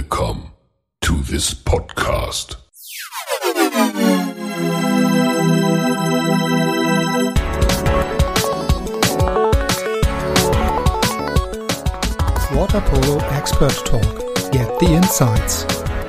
Welcome to this podcast. Water Polo Expert Talk. Get the insights.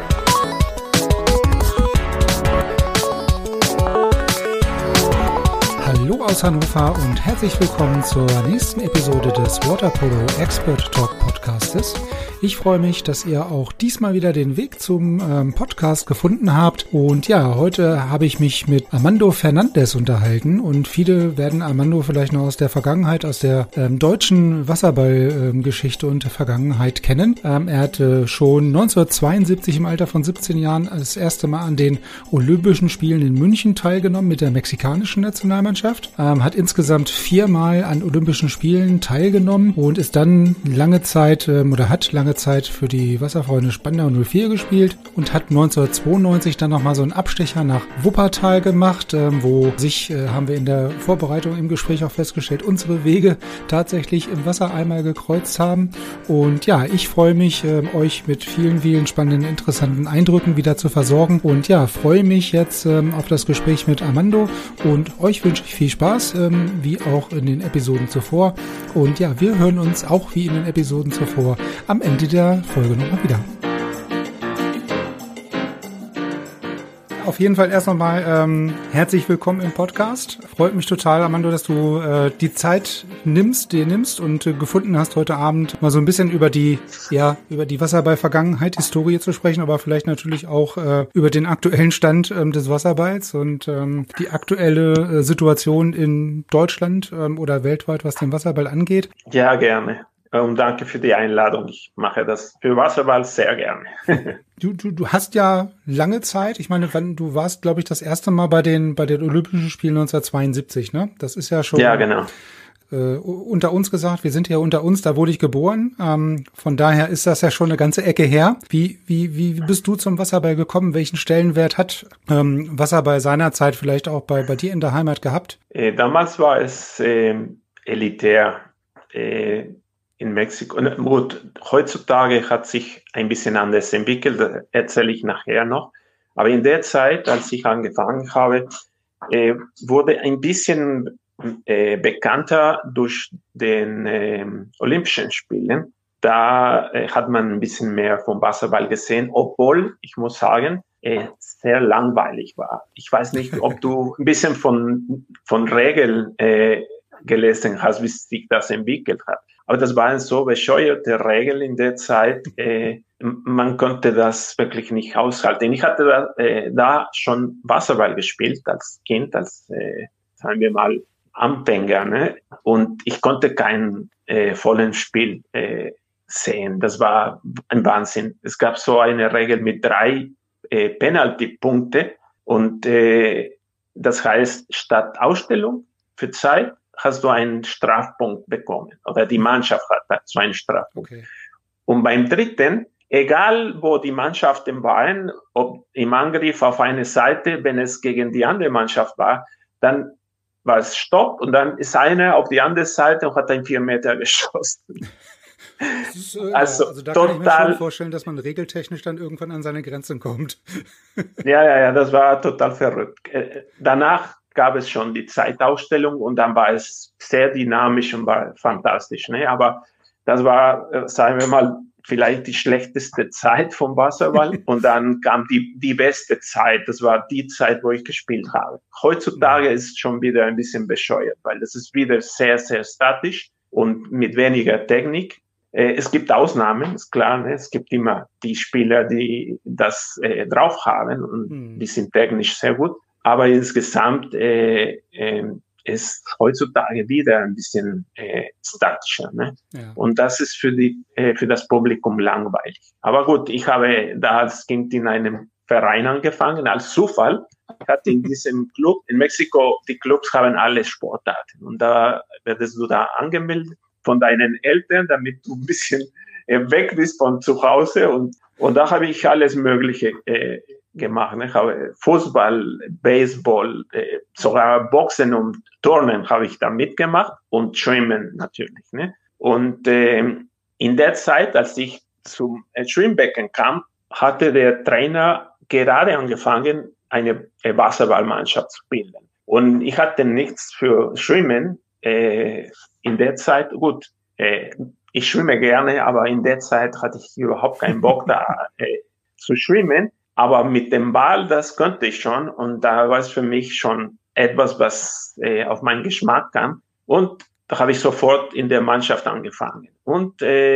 Hallo aus Hannover und herzlich willkommen zur nächsten Episode des Water Polo Expert Talk Podcastes. Ich freue mich, dass ihr auch diesmal wieder den Weg zum Podcast gefunden habt. Und ja, heute habe ich mich mit Armando Fernandes unterhalten. Und viele werden Armando vielleicht noch aus der Vergangenheit, aus der deutschen Wasserball-Geschichte und der Vergangenheit kennen. Er hatte schon 1972 im Alter von 17 Jahren das erste Mal an den Olympischen Spielen in München teilgenommen mit der mexikanischen Nationalmannschaft. Hat insgesamt 4-mal an Olympischen Spielen teilgenommen und ist dann hat lange Zeit für die Wasserfreunde Spandau 04 gespielt und hat 1992 dann nochmal so einen Abstecher nach Wuppertal gemacht, haben wir in der Vorbereitung im Gespräch auch festgestellt, unsere Wege tatsächlich im Wasser einmal gekreuzt haben. Und ja, ich freue mich, euch mit vielen, vielen spannenden, interessanten Eindrücken wieder zu versorgen und ja, freue mich jetzt auf das Gespräch mit Armando und euch wünsche ich viel Spaß, wie auch in den Episoden zuvor. Und ja, wir hören uns auch wie in den Episoden zuvor am Ende der Folge nochmal wieder. Auf jeden Fall erst nochmal herzlich willkommen im Podcast. Freut mich total, Armando, dass du die Zeit dir nimmst und gefunden hast, heute Abend mal so ein bisschen über die Wasserball-Vergangenheit, Historie zu sprechen, aber vielleicht natürlich auch über den aktuellen Stand des Wasserballs und die aktuelle Situation in Deutschland oder weltweit, was den Wasserball angeht. Ja, gerne. Und danke für die Einladung. Ich mache das für Wasserball sehr gerne. Du hast ja lange Zeit, ich meine, du warst, glaube ich, das erste Mal bei den Olympischen Spielen 1972, ne? Das ist ja schon ja, genau. Unter uns gesagt, wir sind ja unter uns, da wurde ich geboren. Von daher ist das ja schon eine ganze Ecke her. Wie bist du zum Wasserball gekommen? Welchen Stellenwert hat Wasserball seinerzeit vielleicht auch bei dir in der Heimat gehabt? Damals war es elitär. In Mexiko. Und heutzutage hat sich ein bisschen anders entwickelt, das erzähle ich nachher noch. Aber in der Zeit, als ich angefangen habe, wurde ein bisschen bekannter durch den Olympischen Spielen. Da hat man ein bisschen mehr vom Wasserball gesehen, obwohl, ich muss sagen, sehr langweilig war. Ich weiß nicht, ob du ein bisschen von Regeln gelesen hast, wie sich das entwickelt hat. Aber das waren so bescheuerte Regeln in der Zeit, man konnte das wirklich nicht aushalten. Ich hatte da schon Wasserball gespielt als Kind, sagen wir mal, Anfänger, ne? Und ich konnte kein vollen Spiel sehen. Das war ein Wahnsinn. Es gab so eine Regel mit 3 Penalty-Punkte und das heißt, statt Ausstellung für Zeit hast du einen Strafpunkt bekommen oder die Mannschaft hat so einen Strafpunkt. Okay. Und beim dritten, egal wo die Mannschaften waren, ob im Angriff auf eine Seite, wenn es gegen die andere Mannschaft war, dann war es Stopp und dann ist einer auf die andere Seite und hat einen 4 Meter geschossen. Das ist, also da kann ich mir schon vorstellen, dass man regeltechnisch dann irgendwann an seine Grenzen kommt. Ja, das war total verrückt. Danach gab es schon die Zeitausstellung und dann war es sehr dynamisch und war fantastisch. Ne? Aber das war, sagen wir mal, vielleicht die schlechteste Zeit vom Wasserball und dann kam die beste Zeit. Das war die Zeit, wo ich gespielt habe. Heutzutage ist es schon wieder ein bisschen bescheuert, weil das ist wieder sehr, sehr statisch und mit weniger Technik. Es gibt Ausnahmen, ist klar. Ne? Es gibt immer die Spieler, die das drauf haben und die sind technisch sehr gut. Aber insgesamt ist heutzutage wieder ein bisschen statischer. Ne? Ja. Und das ist für das Publikum langweilig. Aber gut, ich habe da als Kind in einem Verein angefangen, als Zufall. Ich hatte in diesem Club, in Mexiko, die Clubs haben alle Sportarten. Und da werdest du da angemeldet von deinen Eltern, damit du ein bisschen weg bist von zu Hause. Und da habe ich alles Mögliche gemacht. Ich habe Fußball, Baseball, sogar Boxen und Turnen habe ich da mitgemacht und Schwimmen natürlich. Ne? Und in der Zeit, als ich zum Schwimmbecken kam, hatte der Trainer gerade angefangen, eine Wasserballmannschaft zu bilden. Und ich hatte nichts für Schwimmen in der Zeit. Gut, ich schwimme gerne, aber in der Zeit hatte ich überhaupt keinen Bock da zu schwimmen. Aber mit dem Ball, das konnte ich schon. Und da war es für mich schon etwas, was auf meinen Geschmack kam. Und da habe ich sofort in der Mannschaft angefangen. Und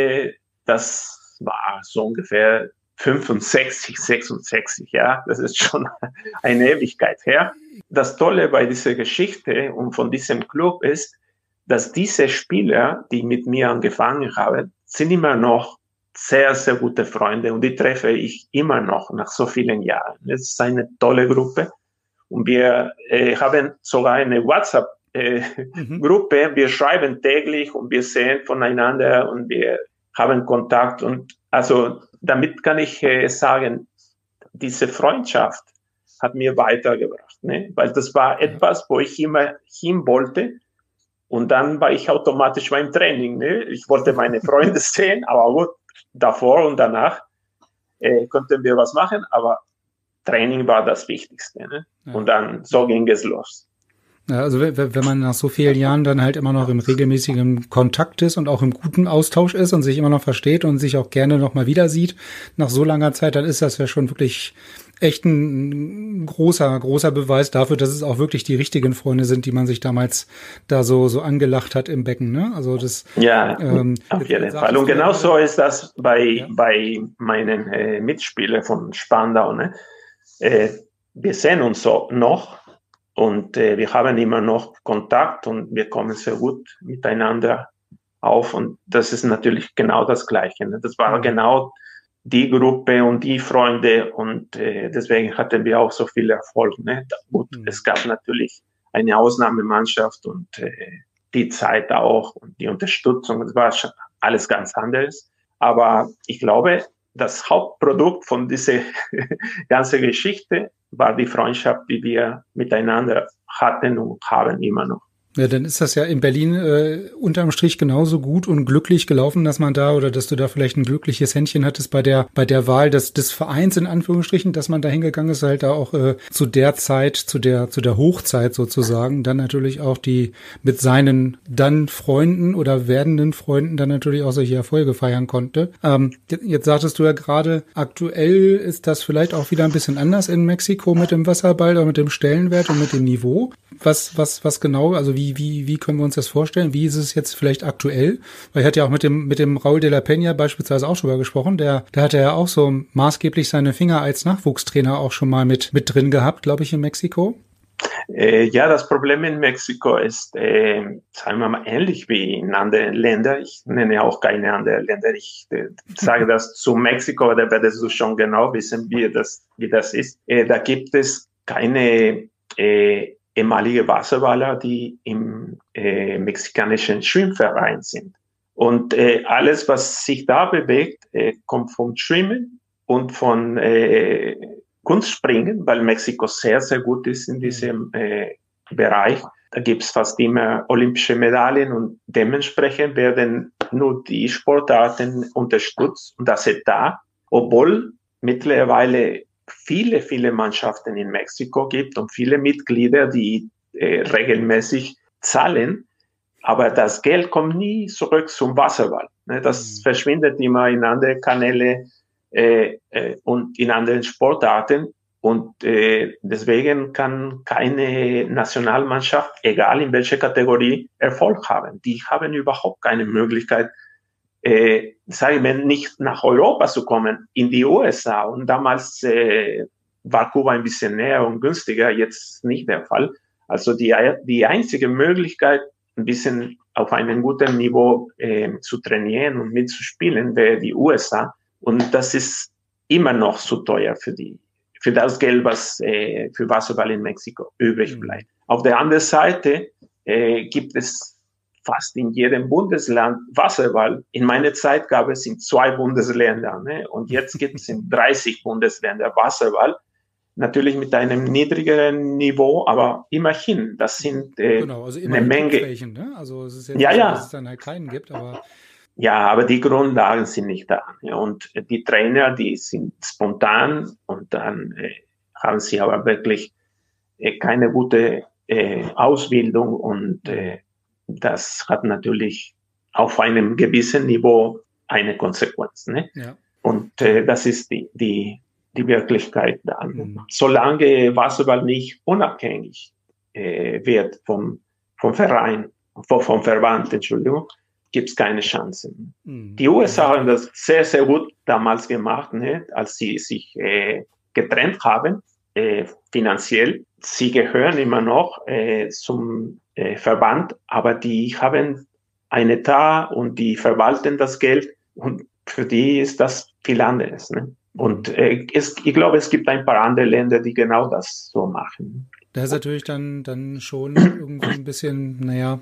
das war so ungefähr 65, 66, ja. Das ist schon eine Ewigkeit her. Das Tolle bei dieser Geschichte und von diesem Club ist, dass diese Spieler, die mit mir angefangen haben, sind immer noch sehr, sehr gute Freunde und die treffe ich immer noch nach so vielen Jahren. Es ist eine tolle Gruppe und wir haben sogar eine WhatsApp-Gruppe. Wir schreiben täglich und wir sehen voneinander und wir haben Kontakt und also damit kann ich sagen, diese Freundschaft hat mir weitergebracht, ne? Weil das war etwas, wo ich immer hin wollte. Und dann war ich automatisch beim Training. Ne? Ich wollte meine Freunde sehen, aber gut, davor und danach konnten wir was machen, aber Training war das Wichtigste. Ne? Ja. Und dann so ging es los. Ja, also wenn man nach so vielen Jahren dann halt immer noch im regelmäßigen Kontakt ist und auch im guten Austausch ist und sich immer noch versteht und sich auch gerne noch mal wieder sieht, nach so langer Zeit, dann ist das ja schon wirklich echt ein großer Beweis dafür, dass es auch wirklich die richtigen Freunde sind, die man sich damals da so angelacht hat im Becken, ne? Also das ja, auf jeden Fall. Und genau so ist das bei meinen Mitspielern von Spandau, ne? Wir sehen uns so noch und wir haben immer noch Kontakt und wir kommen sehr gut miteinander auf und das ist natürlich genau das Gleiche, ne? Das war genau die Gruppe und die Freunde und deswegen hatten wir auch so viel Erfolg. Ne? Gut, es gab natürlich eine Ausnahmemannschaft und die Zeit auch und die Unterstützung, das war schon alles ganz anderes. Aber ich glaube, das Hauptprodukt von dieser ganzen Geschichte war die Freundschaft, die wir miteinander hatten und haben immer noch. Ja, dann ist das ja in Berlin unterm Strich genauso gut und glücklich gelaufen, dass man da oder dass du da vielleicht ein glückliches Händchen hattest bei der Wahl des Vereins in Anführungsstrichen, dass man da hingegangen ist, halt da auch zu der Zeit, zu der Hochzeit sozusagen, dann natürlich auch die mit seinen dann Freunden oder werdenden Freunden dann natürlich auch solche Erfolge feiern konnte. Jetzt sagtest du ja gerade, aktuell ist das vielleicht auch wieder ein bisschen anders in Mexiko mit dem Wasserball oder mit dem Stellenwert und mit dem Niveau. Was genau, also wie können wir uns das vorstellen? Wie ist es jetzt vielleicht aktuell? Weil ich hatte ja auch mit dem Raúl de la Peña beispielsweise auch schon mal gesprochen. Der hatte ja auch so maßgeblich seine Finger als Nachwuchstrainer auch schon mal mit drin gehabt, glaube ich, in Mexiko. Ja, das Problem in Mexiko ist, sagen wir mal, ähnlich wie in anderen Ländern. Ich nenne auch keine anderen Länder. Ich sage das zu Mexiko, da werdest du schon genau wissen, wie das ist. Da gibt es keine ehemalige Wasserballer, die im mexikanischen Schwimmverein sind. Und alles, was sich da bewegt, kommt vom Schwimmen und von Kunstspringen, weil Mexiko sehr, sehr gut ist in diesem Bereich. Da gibt es fast immer olympische Medaillen und dementsprechend werden nur die Sportarten unterstützt und das ist da, obwohl mittlerweile viele Mannschaften in Mexiko gibt und viele Mitglieder, die regelmäßig zahlen, aber das Geld kommt nie zurück zum Wasserball. Ne? Das verschwindet immer in andere Kanäle und in anderen Sportarten und deswegen kann keine Nationalmannschaft, egal in welcher Kategorie, Erfolg haben. Die haben überhaupt keine Möglichkeit, sagen wir, nicht nach Europa zu kommen, in die USA. Und damals war Kuba ein bisschen näher und günstiger, jetzt nicht der Fall. Also die einzige Möglichkeit, ein bisschen auf einem guten Niveau zu trainieren und mitzuspielen, wäre die USA. Und das ist immer noch zu teuer für das Geld, was für Wasserball in Mexiko übrig bleibt. Auf der anderen Seite gibt es fast in jedem Bundesland Wasserball. In meiner Zeit gab es in 2 Bundesländern, ne? Und jetzt gibt es in 30 Bundesländern Wasserball. Natürlich mit einem niedrigeren Niveau, aber immerhin, das sind genau, also eine Menge. Welchen, ne? Also es ist jetzt nicht so, dass es dann halt keinen gibt, aber Ja, aber die Grundlagen sind nicht da. Ja, und die Trainer, die sind spontan und dann haben sie aber wirklich keine gute Ausbildung und das hat natürlich auf einem gewissen Niveau eine Konsequenz. Ne? Ja. Und das ist die Wirklichkeit da. Solange Basketball nicht unabhängig wird vom Verein, vom Verband, Entschuldigung, gibt es keine Chancen. Die USA haben das sehr, sehr gut damals gemacht, ne? Als sie sich getrennt haben, finanziell. Sie gehören immer noch zum Verband, aber die haben ein Etat und die verwalten das Geld und für die ist das viel anderes. Ne? Und ich glaube, es gibt ein paar andere Länder, die genau das so machen. Das ist natürlich dann schon irgendwie ein bisschen,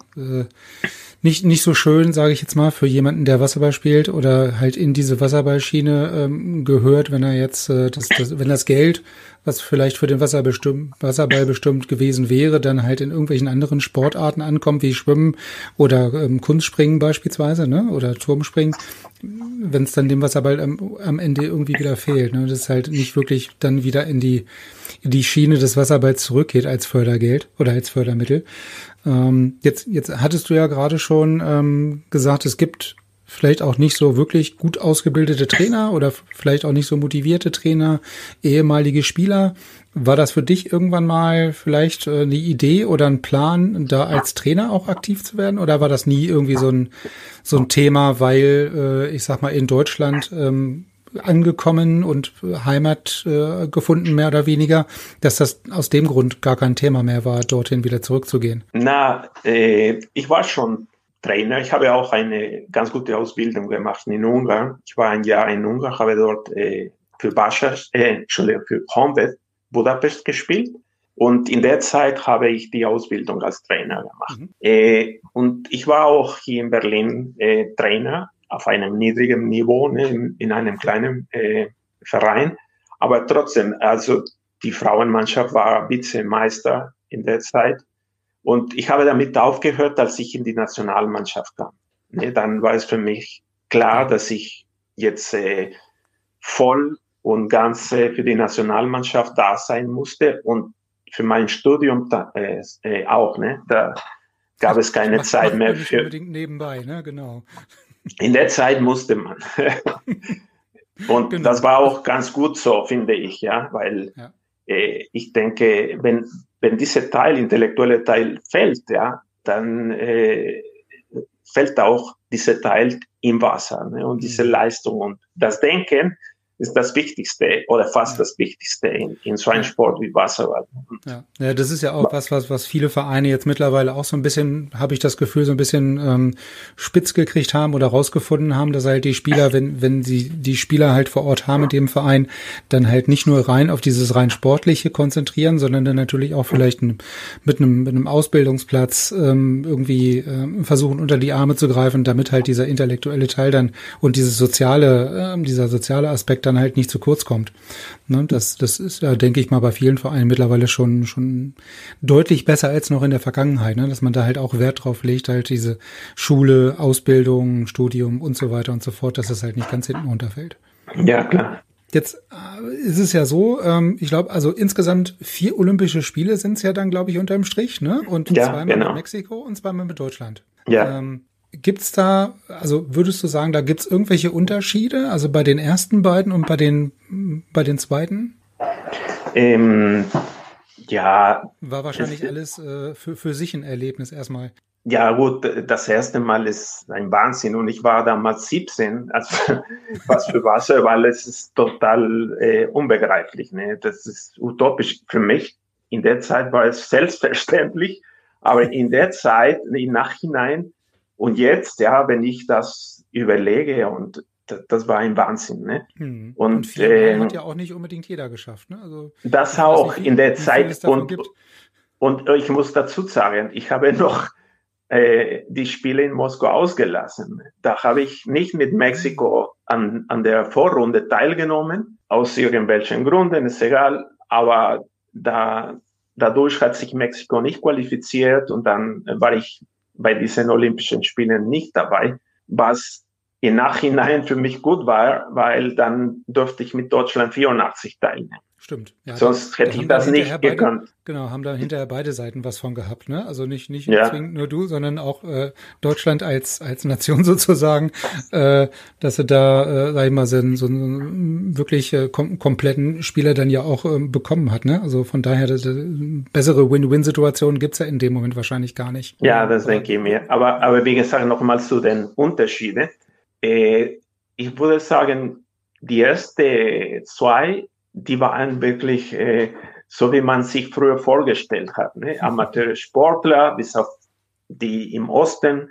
nicht so schön, sage ich jetzt mal, für jemanden, der Wasserball spielt oder halt in diese Wasserballschiene gehört, wenn er jetzt wenn das Geld, was vielleicht für den Wasserball bestimmt gewesen wäre, dann halt in irgendwelchen anderen Sportarten ankommt, wie Schwimmen oder Kunstspringen beispielsweise, ne? Oder Turmspringen, wenn es dann dem Wasserball am Ende irgendwie wieder fehlt, ne? Das halt nicht wirklich dann wieder in die Schiene des Wasserballs zurückgeht als Fördergeld oder als Fördermittel. Jetzt hattest du ja gerade schon gesagt, es gibt vielleicht auch nicht so wirklich gut ausgebildete Trainer oder vielleicht auch nicht so motivierte Trainer, ehemalige Spieler. War das für dich irgendwann mal vielleicht eine Idee oder ein Plan, da als Trainer auch aktiv zu werden? Oder war das nie irgendwie so ein Thema, weil, ich sag mal, in Deutschland angekommen und Heimat gefunden, mehr oder weniger, dass das aus dem Grund gar kein Thema mehr war, dorthin wieder zurückzugehen? Ich war schon Trainer. Ich habe auch eine ganz gute Ausbildung gemacht in Ungarn. Ich war ein Jahr in Ungarn, habe dort für Honvéd Budapest gespielt. Und in der Zeit habe ich die Ausbildung als Trainer gemacht. Und ich war auch hier in Berlin Trainer auf einem niedrigen Niveau, ne, in einem kleinen Verein. Aber trotzdem, also die Frauenmannschaft war Vizemeister in der Zeit. Und ich habe damit aufgehört, als ich in die Nationalmannschaft kam. Ne, dann war es für mich klar, dass ich jetzt voll und ganz für die Nationalmannschaft da sein musste und für mein Studium auch. Ne, da gab es keine Zeit mehr für. Unbedingt nebenbei, ne, genau. In der Zeit musste man. Und genau. Das war auch ganz gut so, finde ich, ja, weil ich denke, wenn dieser intellektuelle Teil fällt, ja, dann fällt auch dieser Teil im Wasser, ne, und diese Leistung und das Denken ist das Wichtigste oder fast das Wichtigste in so einem Sport wie Wasserball. Ja, das ist ja auch was viele Vereine jetzt mittlerweile auch so ein bisschen, habe ich das Gefühl, so ein bisschen spitz gekriegt haben oder rausgefunden haben, dass halt die Spieler, wenn sie die Spieler halt vor Ort haben in dem Verein, dann halt nicht nur rein auf dieses rein Sportliche konzentrieren, sondern dann natürlich auch vielleicht mit einem Ausbildungsplatz irgendwie versuchen, unter die Arme zu greifen, damit halt dieser intellektuelle Teil dann und dieser soziale Aspekt dann halt nicht zu kurz kommt. Ne, das ist ja, denke ich mal, bei vielen Vereinen mittlerweile schon deutlich besser als noch in der Vergangenheit, ne, dass man da halt auch Wert drauf legt, halt diese Schule, Ausbildung, Studium und so weiter und so fort, dass das halt nicht ganz hinten runterfällt. Ja, klar. Jetzt ist es ja so, ich glaube, also insgesamt 4 Olympische Spiele sind es ja dann, glaube ich, unterm Strich, ne? Und zweimal mit Mexiko und zweimal mit Deutschland. Ja. Gibt's da, also würdest du sagen, da gibt's irgendwelche Unterschiede, also bei den ersten beiden und bei den zweiten? Ja. War wahrscheinlich alles für sich ein Erlebnis erstmal. Ja gut, das erste Mal ist ein Wahnsinn und ich war damals 17, also was für Wasserball, es ist total unbegreiflich, ne? Das ist utopisch für mich. In der Zeit war es selbstverständlich, aber in der Zeit, im Nachhinein, und jetzt, ja, wenn ich das überlege, und das war ein Wahnsinn, ne? Und 4 hat ja auch nicht unbedingt jeder geschafft, ne? Also das auch in der Zeit. Und ich muss dazu sagen, ich habe noch die Spiele in Moskau ausgelassen. Da habe ich nicht mit Mexiko an der Vorrunde teilgenommen, aus irgendwelchen Gründen, ist egal, aber dadurch hat sich Mexiko nicht qualifiziert und dann war ich bei diesen Olympischen Spielen nicht dabei, was im Nachhinein für mich gut war, weil dann durfte ich mit Deutschland 84 teilnehmen. Stimmt. Ja, Sonst hätte ich das nicht gekonnt. Genau, haben da hinterher beide Seiten was von gehabt, ne? Also nicht zwingend nur du, sondern auch Deutschland als Nation sozusagen, dass sie da, sag ich mal, so einen wirklich kompletten Spieler dann ja auch bekommen hat, ne? Also von daher, bessere Win-Win-Situationen gibt's ja in dem Moment wahrscheinlich gar nicht. Ja, das denke ich mir. Aber wie gesagt, nochmal zu den Unterschieden. Ich würde sagen, die ersten zwei, die waren wirklich so, wie man sich früher vorgestellt hat. Ne? Amateursportler, bis auf die im Osten.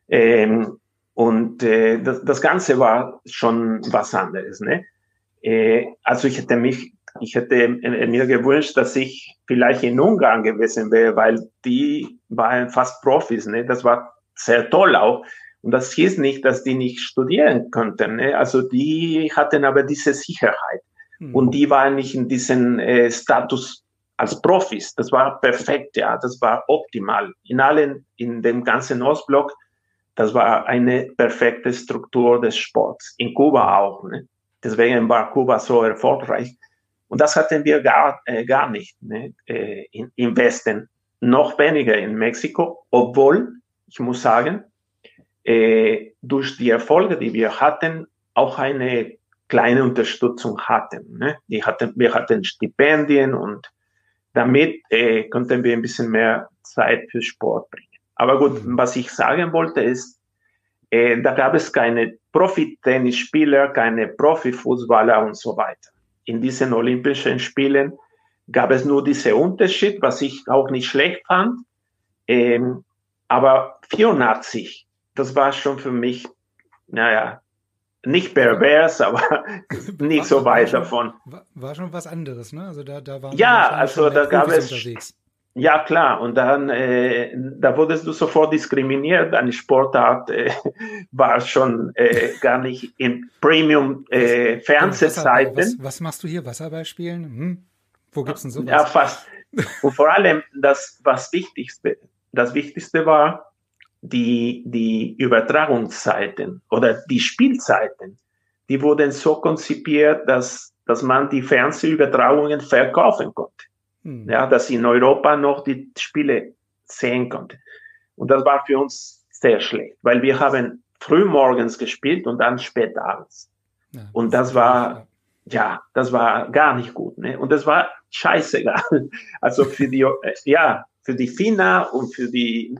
Das Ganze war schon was anderes. Ne? Also ich hätte mir gewünscht, dass ich vielleicht in Ungarn gewesen wäre, weil die waren fast Profis. Ne? Das war sehr toll auch. Und das hieß nicht, dass die nicht studieren konnten. Ne? Also die hatten aber diese Sicherheit. Und die waren nicht in diesem Status als Profis. Das war perfekt, ja. Das war optimal. In dem ganzen Ostblock, das war eine perfekte Struktur des Sports. In Kuba auch, ne? Deswegen war Kuba so erfolgreich. Und das hatten wir gar nicht, ne? Im Westen. Noch weniger in Mexiko, obwohl, ich muss sagen, durch die Erfolge, die wir hatten, auch eine kleine Unterstützung hatten. Ne? Wir hatten Stipendien und damit konnten wir ein bisschen mehr Zeit für Sport bringen. Aber gut, was ich sagen wollte ist, da gab es keine Profi-Tennisspieler, keine Profifußballer und so weiter. In diesen Olympischen Spielen gab es nur diesen Unterschied, was ich auch nicht schlecht fand. Aber 84, das war schon für mich, nicht pervers, aber nicht so weit davon. War schon was anderes, ne? Also da waren da gab es unterwegs. Ja, klar. Und dann, da wurdest du sofort diskriminiert. Deine Sportart war schon gar nicht in Premium-Fernsehzeiten. Was machst du hier? Wasserball spielen? Wo gibt's denn sowas? Ja, fast. Und vor allem, das Wichtigste war, die Übertragungszeiten oder die Spielzeiten, die wurden so konzipiert, dass man die Fernsehübertragungen verkaufen konnte. Ja, dass in Europa noch die Spiele sehen konnte. Und das war für uns sehr schlecht, weil wir haben früh morgens gespielt und dann spät abends. Ja, und das war gar nicht gut, ne? Und das war scheißegal. Also für die FINA und für die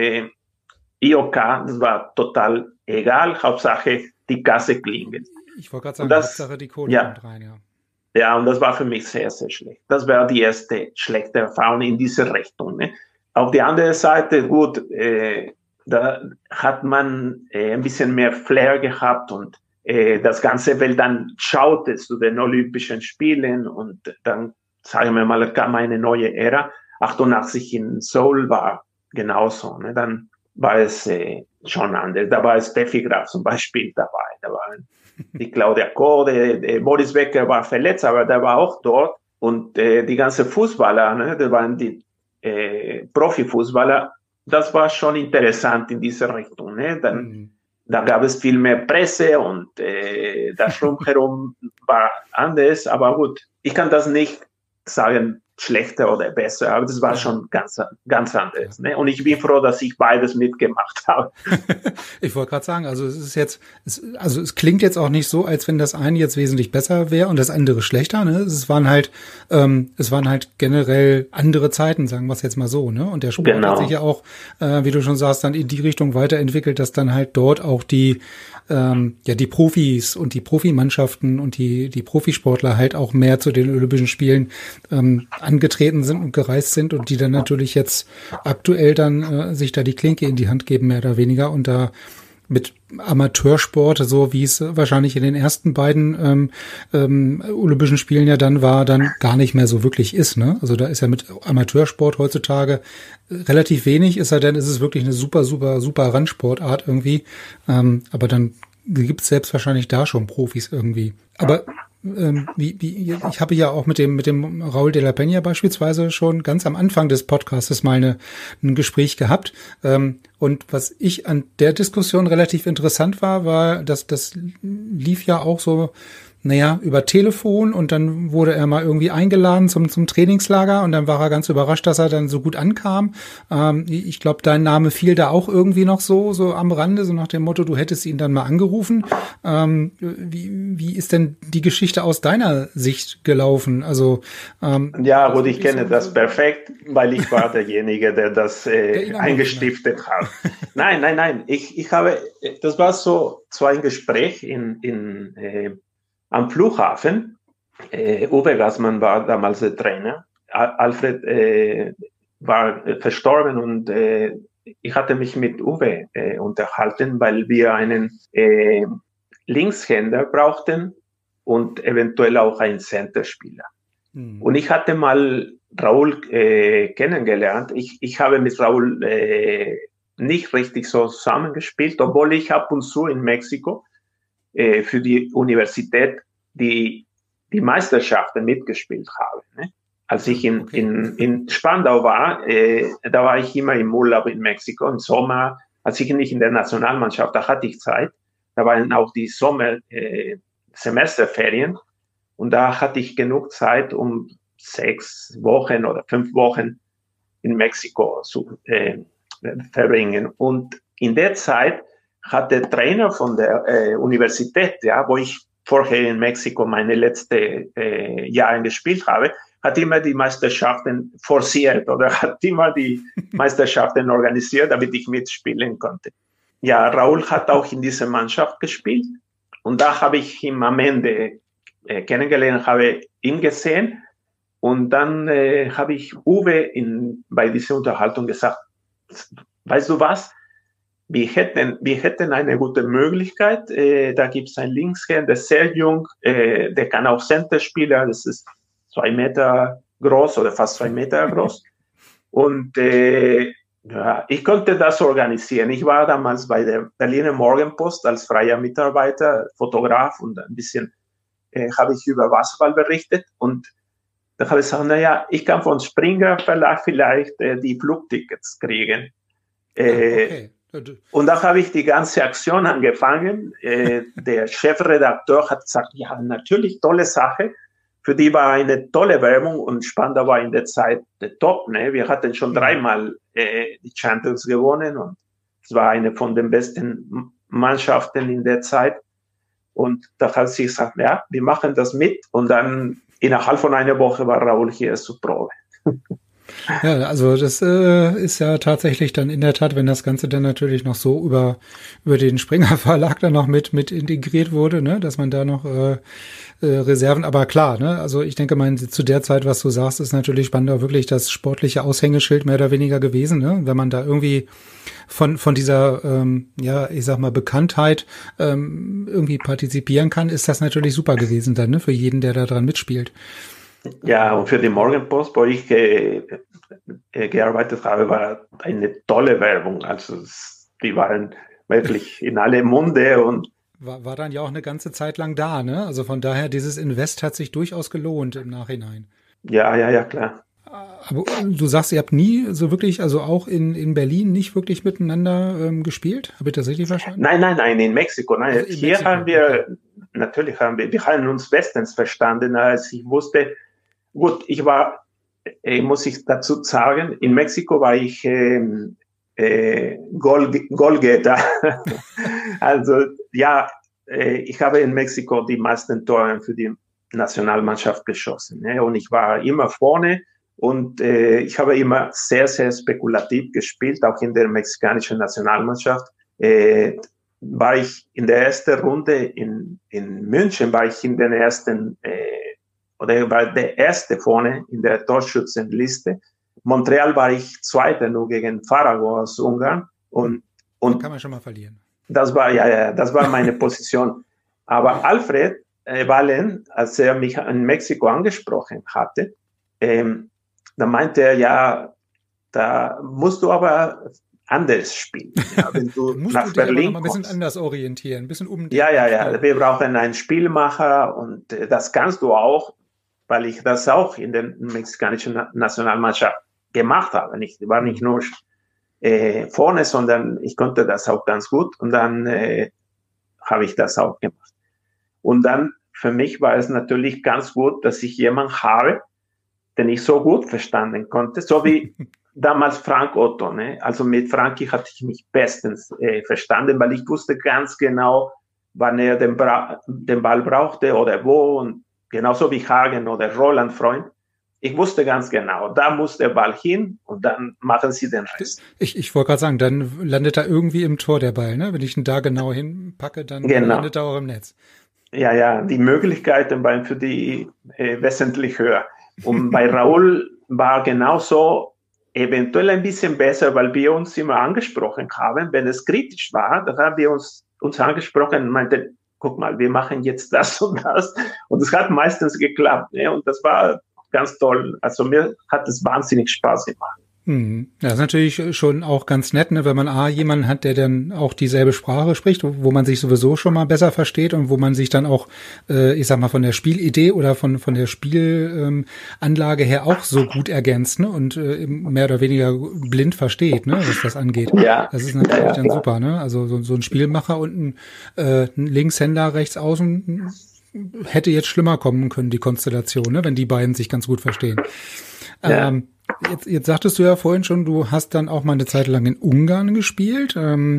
IOK, das war total egal. Hauptsache, die Kasse klingelt. Ich wollte gerade sagen, Hauptsache, die Kohle kommt rein, ja. Ja, und das war für mich sehr, sehr schlecht. Das war die erste schlechte Erfahrung in diese Richtung. Ne? Auf die andere Seite, gut, da hat man ein bisschen mehr Flair gehabt und das ganze Welt dann schaute zu den Olympischen Spielen und dann, sagen wir mal, kam eine neue Ära. 88 in Seoul war genauso. Ne? Dann war es schon anders. Da war Steffi Graf zum Beispiel dabei. Da waren die Claudia Kode, Boris Becker war verletzt, aber der war auch dort. Und die ganzen Fußballer, ne, das waren die Profifußballer. Das war schon interessant in dieser Richtung. Ne? Da gab es viel mehr Presse und das Drumherum war anders. Aber gut, ich kann das nicht sagen, schlechter oder besser, aber das war schon ganz anders. Ne? Und ich bin froh, dass ich beides mitgemacht habe. Ich wollte gerade sagen, also es klingt jetzt auch nicht so, als wenn das eine jetzt wesentlich besser wäre und das andere schlechter. Ne? Es waren halt generell andere Zeiten, sagen wir es jetzt mal so. Ne? Und der Sport hat sich ja auch, wie du schon sagst, dann in die Richtung weiterentwickelt, dass dann halt dort auch die Profis und die Profimannschaften und die Profisportler halt auch mehr zu den Olympischen Spielen angetreten sind und gereist sind und die dann natürlich jetzt aktuell dann sich da die Klinke in die Hand geben, mehr oder weniger, und da mit Amateursport, so wie es wahrscheinlich in den ersten beiden Olympischen Spielen ja dann war, dann gar nicht mehr so wirklich ist. Ne? Also da ist ja mit Amateursport heutzutage relativ wenig, ist es wirklich eine super, super, super Randsportart irgendwie. Aber dann gibt es selbst wahrscheinlich da schon Profis irgendwie. Aber ich habe ja auch mit dem Raúl de la Peña beispielsweise schon ganz am Anfang des Podcastes mal ein Gespräch gehabt. Und was ich an der Diskussion relativ interessant war, dass das lief ja auch so, über Telefon, und dann wurde er mal irgendwie eingeladen zum Trainingslager, und dann war er ganz überrascht, dass er dann so gut ankam. Ich glaube, dein Name fiel da auch irgendwie noch so am Rande, so nach dem Motto, du hättest ihn dann mal angerufen. Wie ist denn die Geschichte aus deiner Sicht gelaufen? Also ja, gut, ich kenne das perfekt, weil ich war derjenige, der das eingestiftet hat. Nein. Ich habe, das war so ein Gespräch am Flughafen. Uwe Gassmann war damals der Trainer. Alfred war verstorben, und ich hatte mich mit Uwe unterhalten, weil wir einen Linkshänder brauchten und eventuell auch einen Centerspieler. Mhm. Und ich hatte mal Raúl kennengelernt. Ich habe mit Raúl nicht richtig so zusammengespielt, obwohl ich ab und zu in Mexiko für die Universität die Meisterschaften mitgespielt habe. Ne? Als ich in Spandau war, da war ich immer im Urlaub in Mexiko im Sommer. Als ich nicht in der Nationalmannschaft, da hatte ich Zeit. Da waren auch die Semesterferien, und da hatte ich genug Zeit, um 6 Wochen oder 5 Wochen in Mexiko zu verbringen. Und in der Zeit hat der Trainer von der Universität, wo ich vorher in Mexiko meine letzten Jahre gespielt habe, hat immer die Meisterschaften forciert oder hat immer die Meisterschaften organisiert, damit ich mitspielen konnte. Ja, Raúl hat auch in dieser Mannschaft gespielt, und da habe ich ihn am Ende kennengelernt, habe ihn gesehen, und dann habe ich Uwe bei dieser Unterhaltung gesagt, weißt du was? Wir hätten eine gute Möglichkeit. Da gibt es einen Linkshänder, der ist sehr jung, der kann auch Center spielen. Das ist 2 Meter groß oder fast 2 Meter groß. Und ich konnte das organisieren. Ich war damals bei der Berliner Morgenpost als freier Mitarbeiter, Fotograf, und ein bisschen habe ich über Basketball berichtet. Und da habe ich gesagt, ich kann von Springer Verlag vielleicht die Flugtickets kriegen. Okay. Und da habe ich die ganze Aktion angefangen. Der Chefredakteur hat gesagt, ja, natürlich, tolle Sache. Für die war eine tolle Werbung, und Spandau war in der Zeit der Top. Ne? Wir hatten schon 3-mal die Champions gewonnen, und es war eine von den besten Mannschaften in der Zeit. Und da hat sie gesagt, ja, wir machen das mit. Und dann innerhalb von einer Woche war Raúl hier zur Probe. Ja, also das ist ja tatsächlich dann in der Tat, wenn das Ganze dann natürlich noch so über den Springer Verlag dann noch mit integriert wurde, ne, dass man da noch Reserven, aber klar, ne, also ich denke mal, zu der Zeit, was du sagst, ist natürlich Spandau wirklich das sportliche Aushängeschild mehr oder weniger gewesen, ne, wenn man da irgendwie von dieser, ich sag mal, Bekanntheit irgendwie partizipieren kann, ist das natürlich super gewesen dann, ne, für jeden, der da dran mitspielt. Ja, und für die Morgenpost, wo ich gearbeitet habe, war eine tolle Werbung. Also die waren wirklich in alle Munde, und war dann ja auch eine ganze Zeit lang da, ne? Also von daher, dieses Invest hat sich durchaus gelohnt im Nachhinein. Ja, klar. Aber du sagst, ihr habt nie so wirklich, also auch in Berlin nicht wirklich miteinander gespielt? Habe ich das richtig verstanden? Nein, in Mexiko. Nein. Also hier Mexiko. Wir haben uns bestens verstanden, als ich wusste, gut, muss ich dazu sagen, in Mexiko war ich Goalgetter. Also ja, ich habe in Mexiko die meisten Tore für die Nationalmannschaft geschossen. Ne? Und ich war immer vorne, und ich habe immer sehr, sehr spekulativ gespielt, auch in der mexikanischen Nationalmannschaft. War ich in der ersten Runde in München, war ich in den ersten oder war der erste vorne in der Torschützenliste. Montreal war ich Zweiter, nur gegen Farago aus Ungarn. Und kann man schon mal verlieren. Das war meine Position. Aber Alfred Wallen, als er mich in Mexiko angesprochen hatte, da meinte er, ja, da musst du aber anderes Spiel. Ja, wenn du musst nach du dich aber Berlin noch mal ein bisschen kommst. anders orientieren, ein bisschen umdenken. Ja. Wir brauchen einen Spielmacher und das kannst du auch, weil ich das auch in der mexikanischen Nationalmannschaft gemacht habe. Ich war nicht nur vorne, sondern ich konnte das auch ganz gut und dann habe ich das auch gemacht. Und dann für mich war es natürlich ganz gut, dass ich jemanden habe, den ich so gut verstanden konnte, so wie damals Frank Otto. Ne? Also mit Frankie hatte ich mich bestens verstanden, weil ich wusste ganz genau, wann er den Ball brauchte oder wo. Und genauso wie Hagen oder Roland Freund. Ich wusste ganz genau, da muss der Ball hin und dann machen sie den Rest. Ich wollte gerade sagen, dann landet er irgendwie im Tor der Ball. Ne? Wenn ich ihn da genau hinpacke, dann landet er auch im Netz. Ja, die Möglichkeiten waren für die wesentlich höher. Und bei Raúl war genauso eventuell ein bisschen besser, weil wir uns immer angesprochen haben. Wenn es kritisch war, dann haben wir uns angesprochen und meinten, guck mal, wir machen jetzt das und das. Und es hat meistens geklappt. Ne? Und das war ganz toll. Also mir hat es wahnsinnig Spaß gemacht. Das ist natürlich schon auch ganz nett, ne, wenn man jemanden hat, der dann auch dieselbe Sprache spricht, wo man sich sowieso schon mal besser versteht und wo man sich dann auch, ich sag mal, von der Spielidee oder von der Spielanlage her auch so gut ergänzt, ne, und mehr oder weniger blind versteht, ne, was das angeht. Ja. Das ist natürlich dann super, ne? Also so ein Spielmacher und ein Linkshänder rechts außen hätte jetzt schlimmer kommen können, die Konstellation, ne, wenn die beiden sich ganz gut verstehen. Ja. Jetzt sagtest du ja vorhin schon, du hast dann auch mal eine Zeit lang in Ungarn gespielt. Dann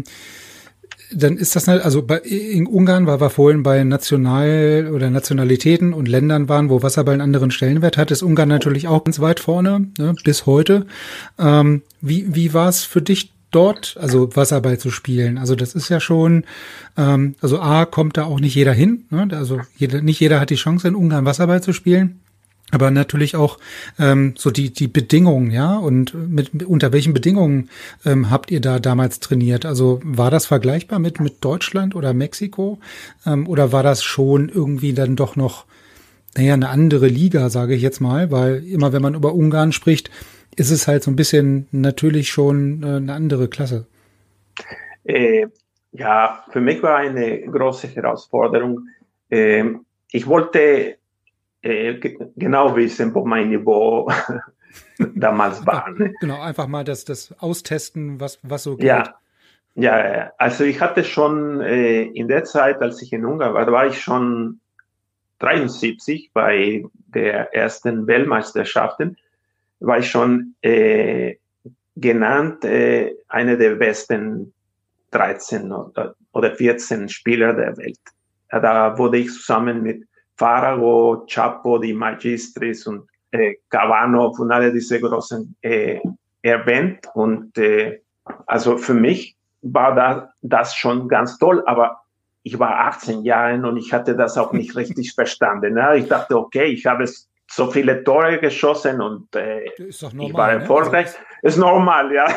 ist das halt, also in Ungarn, weil wir vorhin bei Nationalitäten und Ländern waren, wo Wasserball einen anderen Stellenwert hat, ist Ungarn natürlich auch ganz weit vorne, ne, bis heute. Wie war es für dich dort, also Wasserball zu spielen? Also das ist ja schon, also kommt da auch nicht jeder hin, ne? Also nicht jeder hat die Chance, in Ungarn Wasserball zu spielen. Aber natürlich auch so die Bedingungen, ja, und unter welchen Bedingungen habt ihr da damals trainiert? Also war das vergleichbar mit Deutschland oder Mexiko? Oder war das schon irgendwie dann doch noch, eine andere Liga, sage ich jetzt mal, weil immer wenn man über Ungarn spricht, ist es halt so ein bisschen natürlich schon eine andere Klasse. Ja, für mich war eine große Herausforderung. Ich wollte genau wissen, wo mein Niveau damals war. Ne? Genau, einfach mal das austesten, was so geht. Ja, also ich hatte schon in der Zeit, als ich in Ungarn war, da war ich schon 73 bei der ersten Weltmeisterschaften, war ich schon genannt einer der besten 13 oder 14 Spieler der Welt. Da wurde ich zusammen mit Farago, Chapo, die Magistris und Kavanov und alle diese großen erwähnt. Und also für mich war das schon ganz toll, aber ich war 18 Jahre und ich hatte das auch nicht richtig verstanden. Ne? Ich dachte, okay, ich habe so viele Tore geschossen und ist doch normal, ich war erfolgreich. Ne? Ist normal, ja.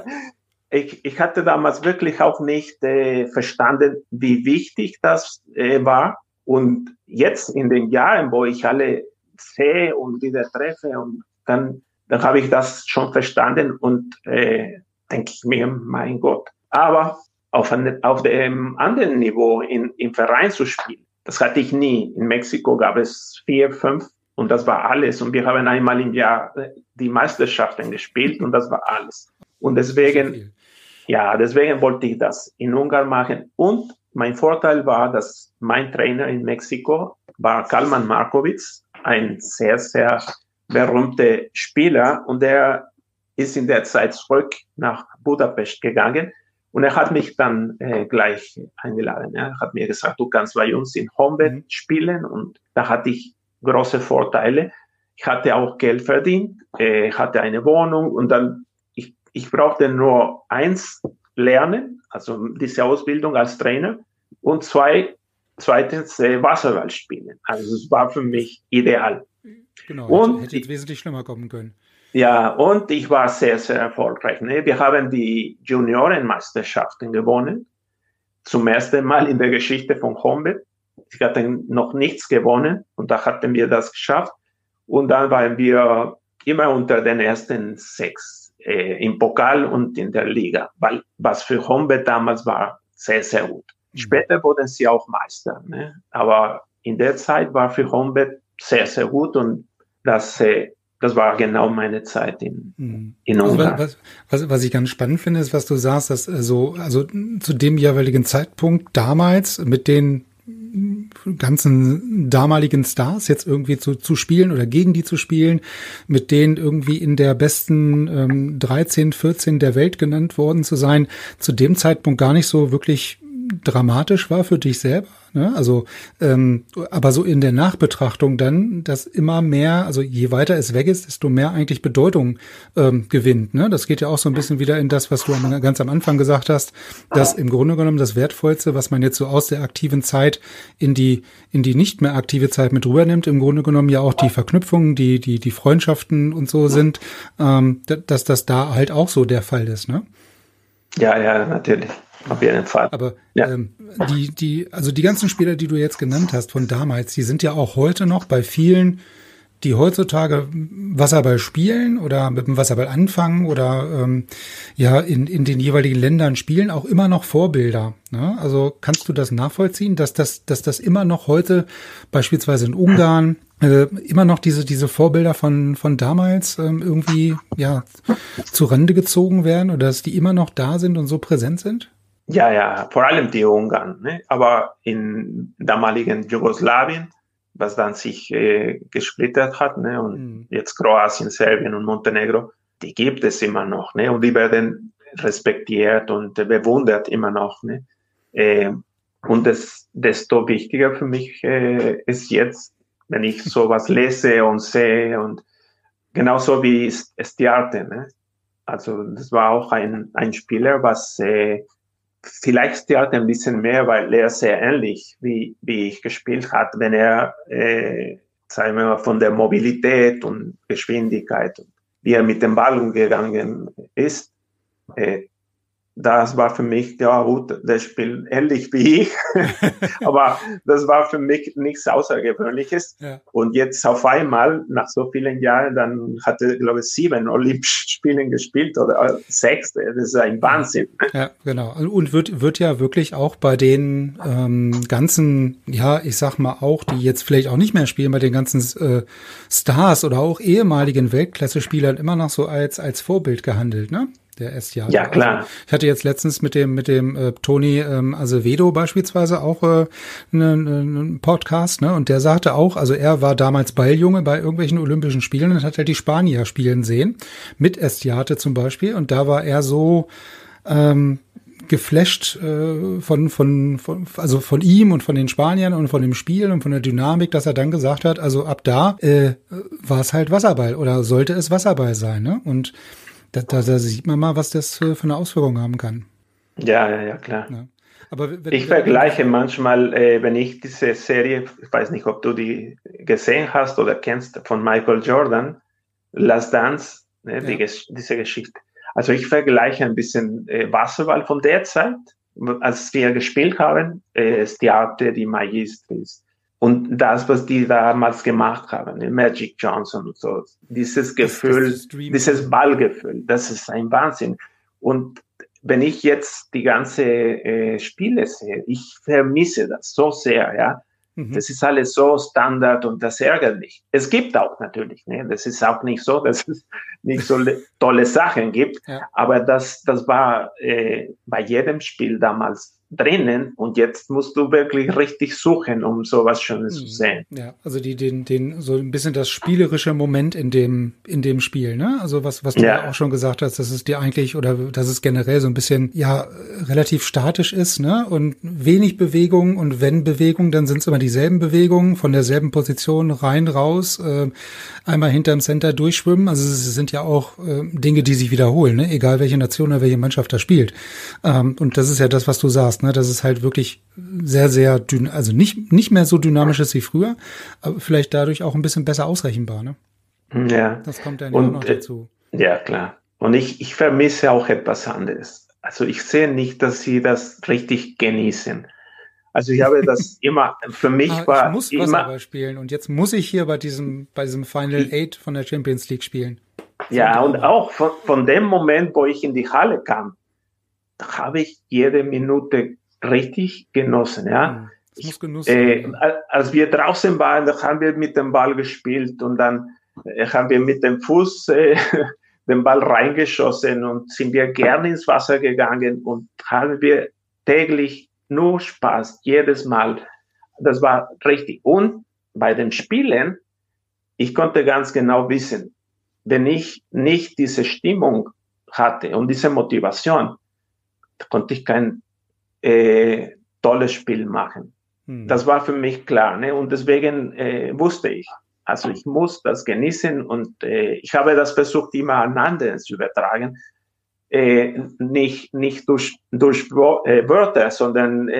Ich hatte damals wirklich auch nicht verstanden, wie wichtig das war. Und jetzt in den Jahren, wo ich alle sehe und wieder treffe, und dann habe ich das schon verstanden und denke ich mir, mein Gott. Aber auf dem anderen Niveau im Verein zu spielen, das hatte ich nie. In Mexiko gab es 4, 5 und das war alles. Und wir haben einmal im Jahr die Meisterschaften gespielt und das war alles. Und deswegen wollte ich das in Ungarn machen. Und mein Vorteil war, dass mein Trainer in Mexiko war Kalman Markovic, ein sehr, sehr berühmter Spieler. Und der ist in der Zeit zurück nach Budapest gegangen. Und er hat mich dann gleich eingeladen. Er hat mir gesagt, du kannst bei uns in Honved spielen. Und da hatte ich große Vorteile. Ich hatte auch Geld verdient, hatte eine Wohnung. Und dann, ich brauchte nur eins lernen, also diese Ausbildung als Trainer, und zweitens Wasserball spielen. Also es war für mich ideal. Genau, und hätte jetzt wesentlich schlimmer kommen können. Ja, und ich war sehr, sehr erfolgreich. Ne? Wir haben die Juniorenmeisterschaften gewonnen. Zum ersten Mal in der Geschichte von Honved. Ich hatte noch nichts gewonnen und da hatten wir das geschafft. Und dann waren wir immer unter den ersten 6 im Pokal und in der Liga, weil was für Honvéd damals war sehr, sehr gut. Später wurden sie auch Meister, ne? Aber in der Zeit war für Honvéd sehr, sehr gut und das war genau meine Zeit in Ungarn. Also was ich ganz spannend finde, ist, was du sagst, dass also zu dem jeweiligen Zeitpunkt damals mit den ganzen damaligen Stars jetzt irgendwie zu spielen oder gegen die zu spielen, mit denen irgendwie in der besten 13, 14 der Welt genannt worden zu sein, zu dem Zeitpunkt gar nicht so wirklich dramatisch war für dich selber, ne? Also, aber so in der Nachbetrachtung dann, dass immer mehr, also je weiter es weg ist, desto mehr eigentlich Bedeutung gewinnt, ne? Das geht ja auch so ein bisschen wieder in das, was du ganz am Anfang gesagt hast, dass im Grunde genommen das Wertvollste, was man jetzt so aus der aktiven Zeit in die nicht mehr aktive Zeit mit rübernimmt, im Grunde genommen ja auch die Verknüpfungen, die Freundschaften und so sind, dass das da halt auch so der Fall ist, ne? Ja, natürlich. Auf jeden Fall. Aber also die ganzen Spieler, die du jetzt genannt hast von damals, die sind ja auch heute noch bei vielen, die heutzutage Wasserball spielen oder mit dem Wasserball anfangen oder in den jeweiligen Ländern spielen, auch immer noch Vorbilder. Ne? Also kannst du das nachvollziehen, dass das immer noch heute beispielsweise in Ungarn immer noch diese Vorbilder von damals irgendwie zu Rande gezogen werden oder dass die immer noch da sind und so präsent sind? Ja, vor allem die Ungarn, ne? Aber in damaligen Jugoslawien, was dann sich gesplittert hat, ne? Und jetzt Kroatien, Serbien und Montenegro, die gibt es immer noch, ne? Und die werden respektiert und bewundert immer noch, ne? Und desto wichtiger für mich ist jetzt, wenn ich sowas lese und sehe und genauso wie Estiarte, ne? Also das war auch ein Spieler, was vielleicht Estiarte ein bisschen mehr, weil er sehr ähnlich wie ich gespielt hat, wenn er sagen wir mal von der Mobilität und Geschwindigkeit, wie er mit dem Ball umgegangen ist, das war für mich, ja gut, der spielt ähnlich wie ich, aber das war für mich nichts Außergewöhnliches. Ja. Und jetzt auf einmal, nach so vielen Jahren, dann hat er, glaube ich, 7 Olympische Spiele gespielt oder 6, das ist ein Wahnsinn. Ja, genau. Und wird ja wirklich auch bei den ganzen, ja, ich sag mal auch, die jetzt vielleicht auch nicht mehr spielen, bei den ganzen Stars oder auch ehemaligen Weltklasse-Spielern immer noch so als Vorbild gehandelt, ne? Der Estiarte. Ja, klar. Also ich hatte jetzt letztens mit dem Tony Azevedo beispielsweise auch einen Podcast, ne? Und der sagte auch, also er war damals Balljunge bei irgendwelchen Olympischen Spielen und hat halt die Spanier spielen sehen, mit Estiarte zum Beispiel. Und da war er so geflasht von ihm und von den Spaniern und von dem Spiel und von der Dynamik, dass er dann gesagt hat, also ab da war es halt Wasserball oder sollte es Wasserball sein, ne? Und da sieht man mal, was das für eine Auswirkung haben kann. Ja, klar. Ja. Aber ich vergleiche manchmal, wenn ich diese Serie, ich weiß nicht, ob du die gesehen hast oder kennst, von Michael Jordan, Last Dance, ne, diese Geschichte. Also ich vergleiche ein bisschen Basketball von der Zeit, als wir gespielt haben, Estiarte, die Magistris. Und das, was die damals gemacht haben, Magic Johnson und so, dieses Gefühl, dieses Ballgefühl, das ist ein Wahnsinn. Und wenn ich jetzt die ganze Spiele sehe, ich vermisse das so sehr, ja. Das ist alles so Standard und das ärgert mich. Es gibt auch natürlich, ne? Das ist auch nicht so, dass es nicht so tolle Sachen gibt, aber das war bei jedem Spiel damals drinnen und jetzt musst du wirklich richtig suchen, um sowas Schönes zu sehen. Ja, also den so ein bisschen das spielerische Moment in dem Spiel, ne? Also was du ja auch schon gesagt hast, dass es dir eigentlich oder dass es generell so ein bisschen relativ statisch ist, ne? Und wenig Bewegung und wenn Bewegung, dann sind es immer dieselben Bewegungen von derselben Position rein, raus, einmal hinterm Center durchschwimmen. Also es sind ja auch Dinge, die sich wiederholen, ne? Egal welche Nation oder welche Mannschaft da spielt. Und das ist ja das, was du sagst, ne? Das ist halt wirklich sehr, sehr also nicht mehr so dynamisch ist wie früher, aber vielleicht dadurch auch ein bisschen besser ausrechenbar, ne? Ja. Das kommt dann auch noch dazu. Ja, klar. Und ich vermisse auch etwas anderes. Also ich sehe nicht, dass sie das richtig genießen. Also ich habe das immer, für mich war ich muss Wasserball spielen und jetzt muss ich hier bei diesem Final 8 von der Champions League spielen. Ja, und auch von dem Moment, wo ich in die Halle kam, da habe ich jede Minute richtig genossen. Ja. Das muss Genuss sein. Als wir draußen waren, da haben wir mit dem Ball gespielt und dann haben wir mit dem Fuß den Ball reingeschossen und sind wir gerne ins Wasser gegangen und haben wir täglich nur Spaß, jedes Mal. Das war richtig. Und bei den Spielen, ich konnte ganz genau wissen, wenn ich nicht diese Stimmung hatte und diese Motivation, da konnte ich kein tolles Spiel machen. Das war für mich klar, ne? Und deswegen wusste ich, also ich muss das genießen und ich habe das versucht, immer an anderen zu übertragen, nicht durch Wörter, sondern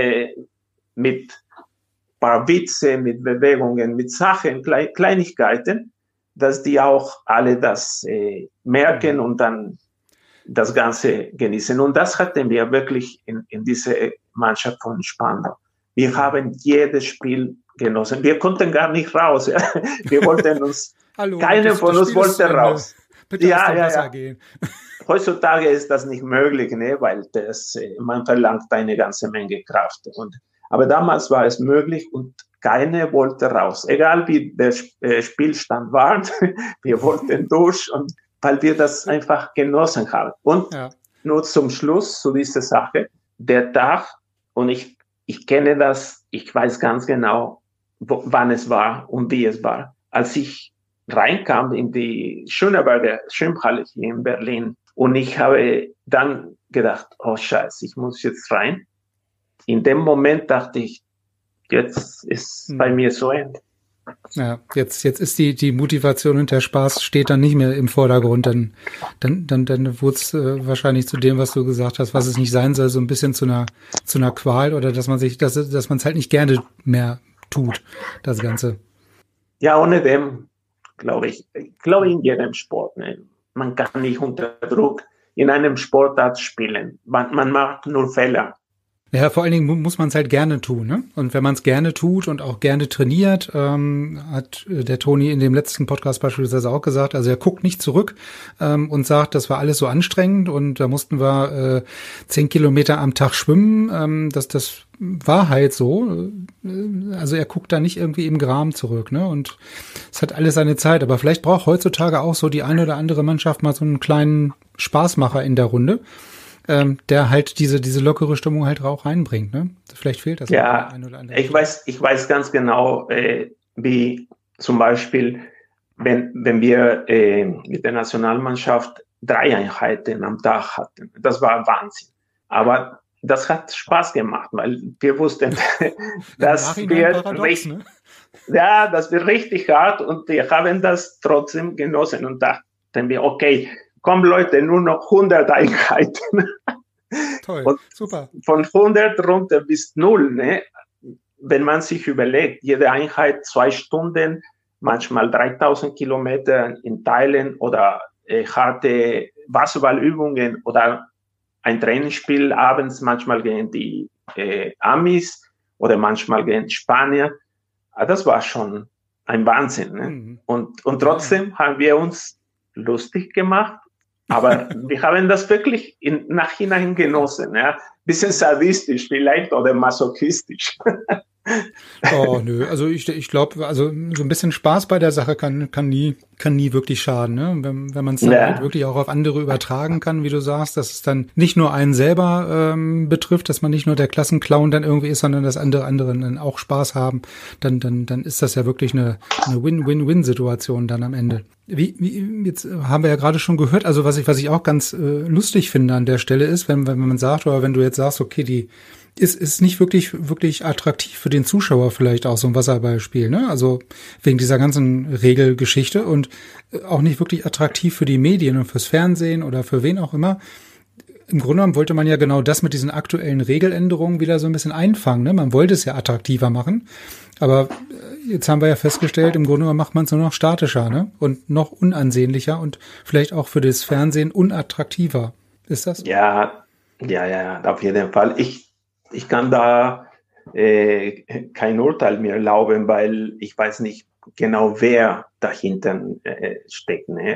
mit paar Witze, mit Bewegungen, mit Sachen, Kleinigkeiten, dass die auch alle das merken und dann das Ganze genießen. Und das hatten wir wirklich in dieser Mannschaft von Spandau. Wir haben jedes Spiel genossen. Wir konnten gar nicht raus. Ja. Wir wollten uns, keiner von uns wollte raus. Bitte ja. Gehen. Heutzutage ist das nicht möglich, ne, weil man verlangt eine ganze Menge Kraft. Aber damals war es möglich und keiner wollte raus. Egal wie der Spielstand war, wir wollten durch, und weil wir das einfach genossen haben. Und nur zum Schluss zu dieser Sache, der Tag, und ich kenne das, ich weiß ganz genau, wann es war und wie es war. Als ich reinkam in die Schöneberger Schwimmhalle hier in Berlin und ich habe dann gedacht, oh Scheiße, ich muss jetzt rein. In dem Moment dachte ich, jetzt ist bei mir so Ende. Ja, jetzt ist die Motivation und der Spaß steht dann nicht mehr im Vordergrund, dann wurde es wahrscheinlich zu dem, was du gesagt hast, was es nicht sein soll, so ein bisschen zu einer Qual, oder dass man es halt nicht gerne mehr tut, das Ganze. Ja, ohne dem, glaube ich in jedem Sport, ne? Man kann nicht unter Druck in einem Sportart spielen. Man macht nur Fehler. Ja, vor allen Dingen muss man es halt gerne tun, ne? Und wenn man es gerne tut und auch gerne trainiert, hat der Toni in dem letzten Podcast beispielsweise auch gesagt, also er guckt nicht zurück und sagt, das war alles so anstrengend und da mussten wir 10 Kilometer am Tag schwimmen. Das war halt so. Also er guckt da nicht irgendwie im Gram zurück, ne? Und es hat alles seine Zeit. Aber vielleicht braucht heutzutage auch so die eine oder andere Mannschaft mal so einen kleinen Spaßmacher in der Runde, der halt diese lockere Stimmung halt auch reinbringt, ne? Vielleicht fehlt das. Ja, ein oder andere. Ich weiß ganz genau, wie zum Beispiel, wenn wir mit der Nationalmannschaft 3 Einheiten am Tag hatten. Das war Wahnsinn. Aber das hat Spaß gemacht, weil wir wussten, das wird richtig hart, und wir haben das trotzdem genossen und dachten wir, okay, komm Leute, nur noch 100 Einheiten. Toll, und super. Von 100 runter bis 0, ne? Wenn man sich überlegt, jede Einheit 2 Stunden, manchmal 3000 Kilometer in Teilen oder harte Wasserballübungen oder ein Trainingsspiel abends, manchmal gegen die Amis oder manchmal gegen die Spanier. Das war schon ein Wahnsinn. Ne? Und trotzdem haben wir uns lustig gemacht, aber wir haben das wirklich im Nachhinein genossen. Ja? Bisschen sadistisch vielleicht oder masochistisch. Oh, nö. Also ich glaube, also so ein bisschen Spaß bei der Sache kann nie wirklich schaden, ne? Wenn man es dann halt wirklich auch auf andere übertragen kann, wie du sagst, dass es dann nicht nur einen selber betrifft, dass man nicht nur der Klassenclown dann irgendwie ist, sondern dass anderen dann auch Spaß haben, dann ist das ja wirklich eine Win-Win-Win-Situation dann am Ende. Wie jetzt haben wir ja gerade schon gehört, also was ich auch ganz lustig finde an der Stelle ist, wenn man sagt, oder wenn du jetzt sagst, okay, die ist nicht wirklich attraktiv für den Zuschauer, vielleicht auch so ein Wasserballspiel, ne? Also wegen dieser ganzen Regelgeschichte, und auch nicht wirklich attraktiv für die Medien und fürs Fernsehen oder für wen auch immer. Im Grunde genommen wollte man ja genau das mit diesen aktuellen Regeländerungen wieder so ein bisschen einfangen, ne? Man wollte es ja attraktiver machen, aber jetzt haben wir ja festgestellt, im Grunde genommen macht man es nur noch statischer, ne? Und noch unansehnlicher und vielleicht auch für das Fernsehen unattraktiver. Ist das? Ja, auf jeden Fall. Ich kann da kein Urteil mehr erlauben, weil ich weiß nicht genau, wer dahinter steckt. Ne?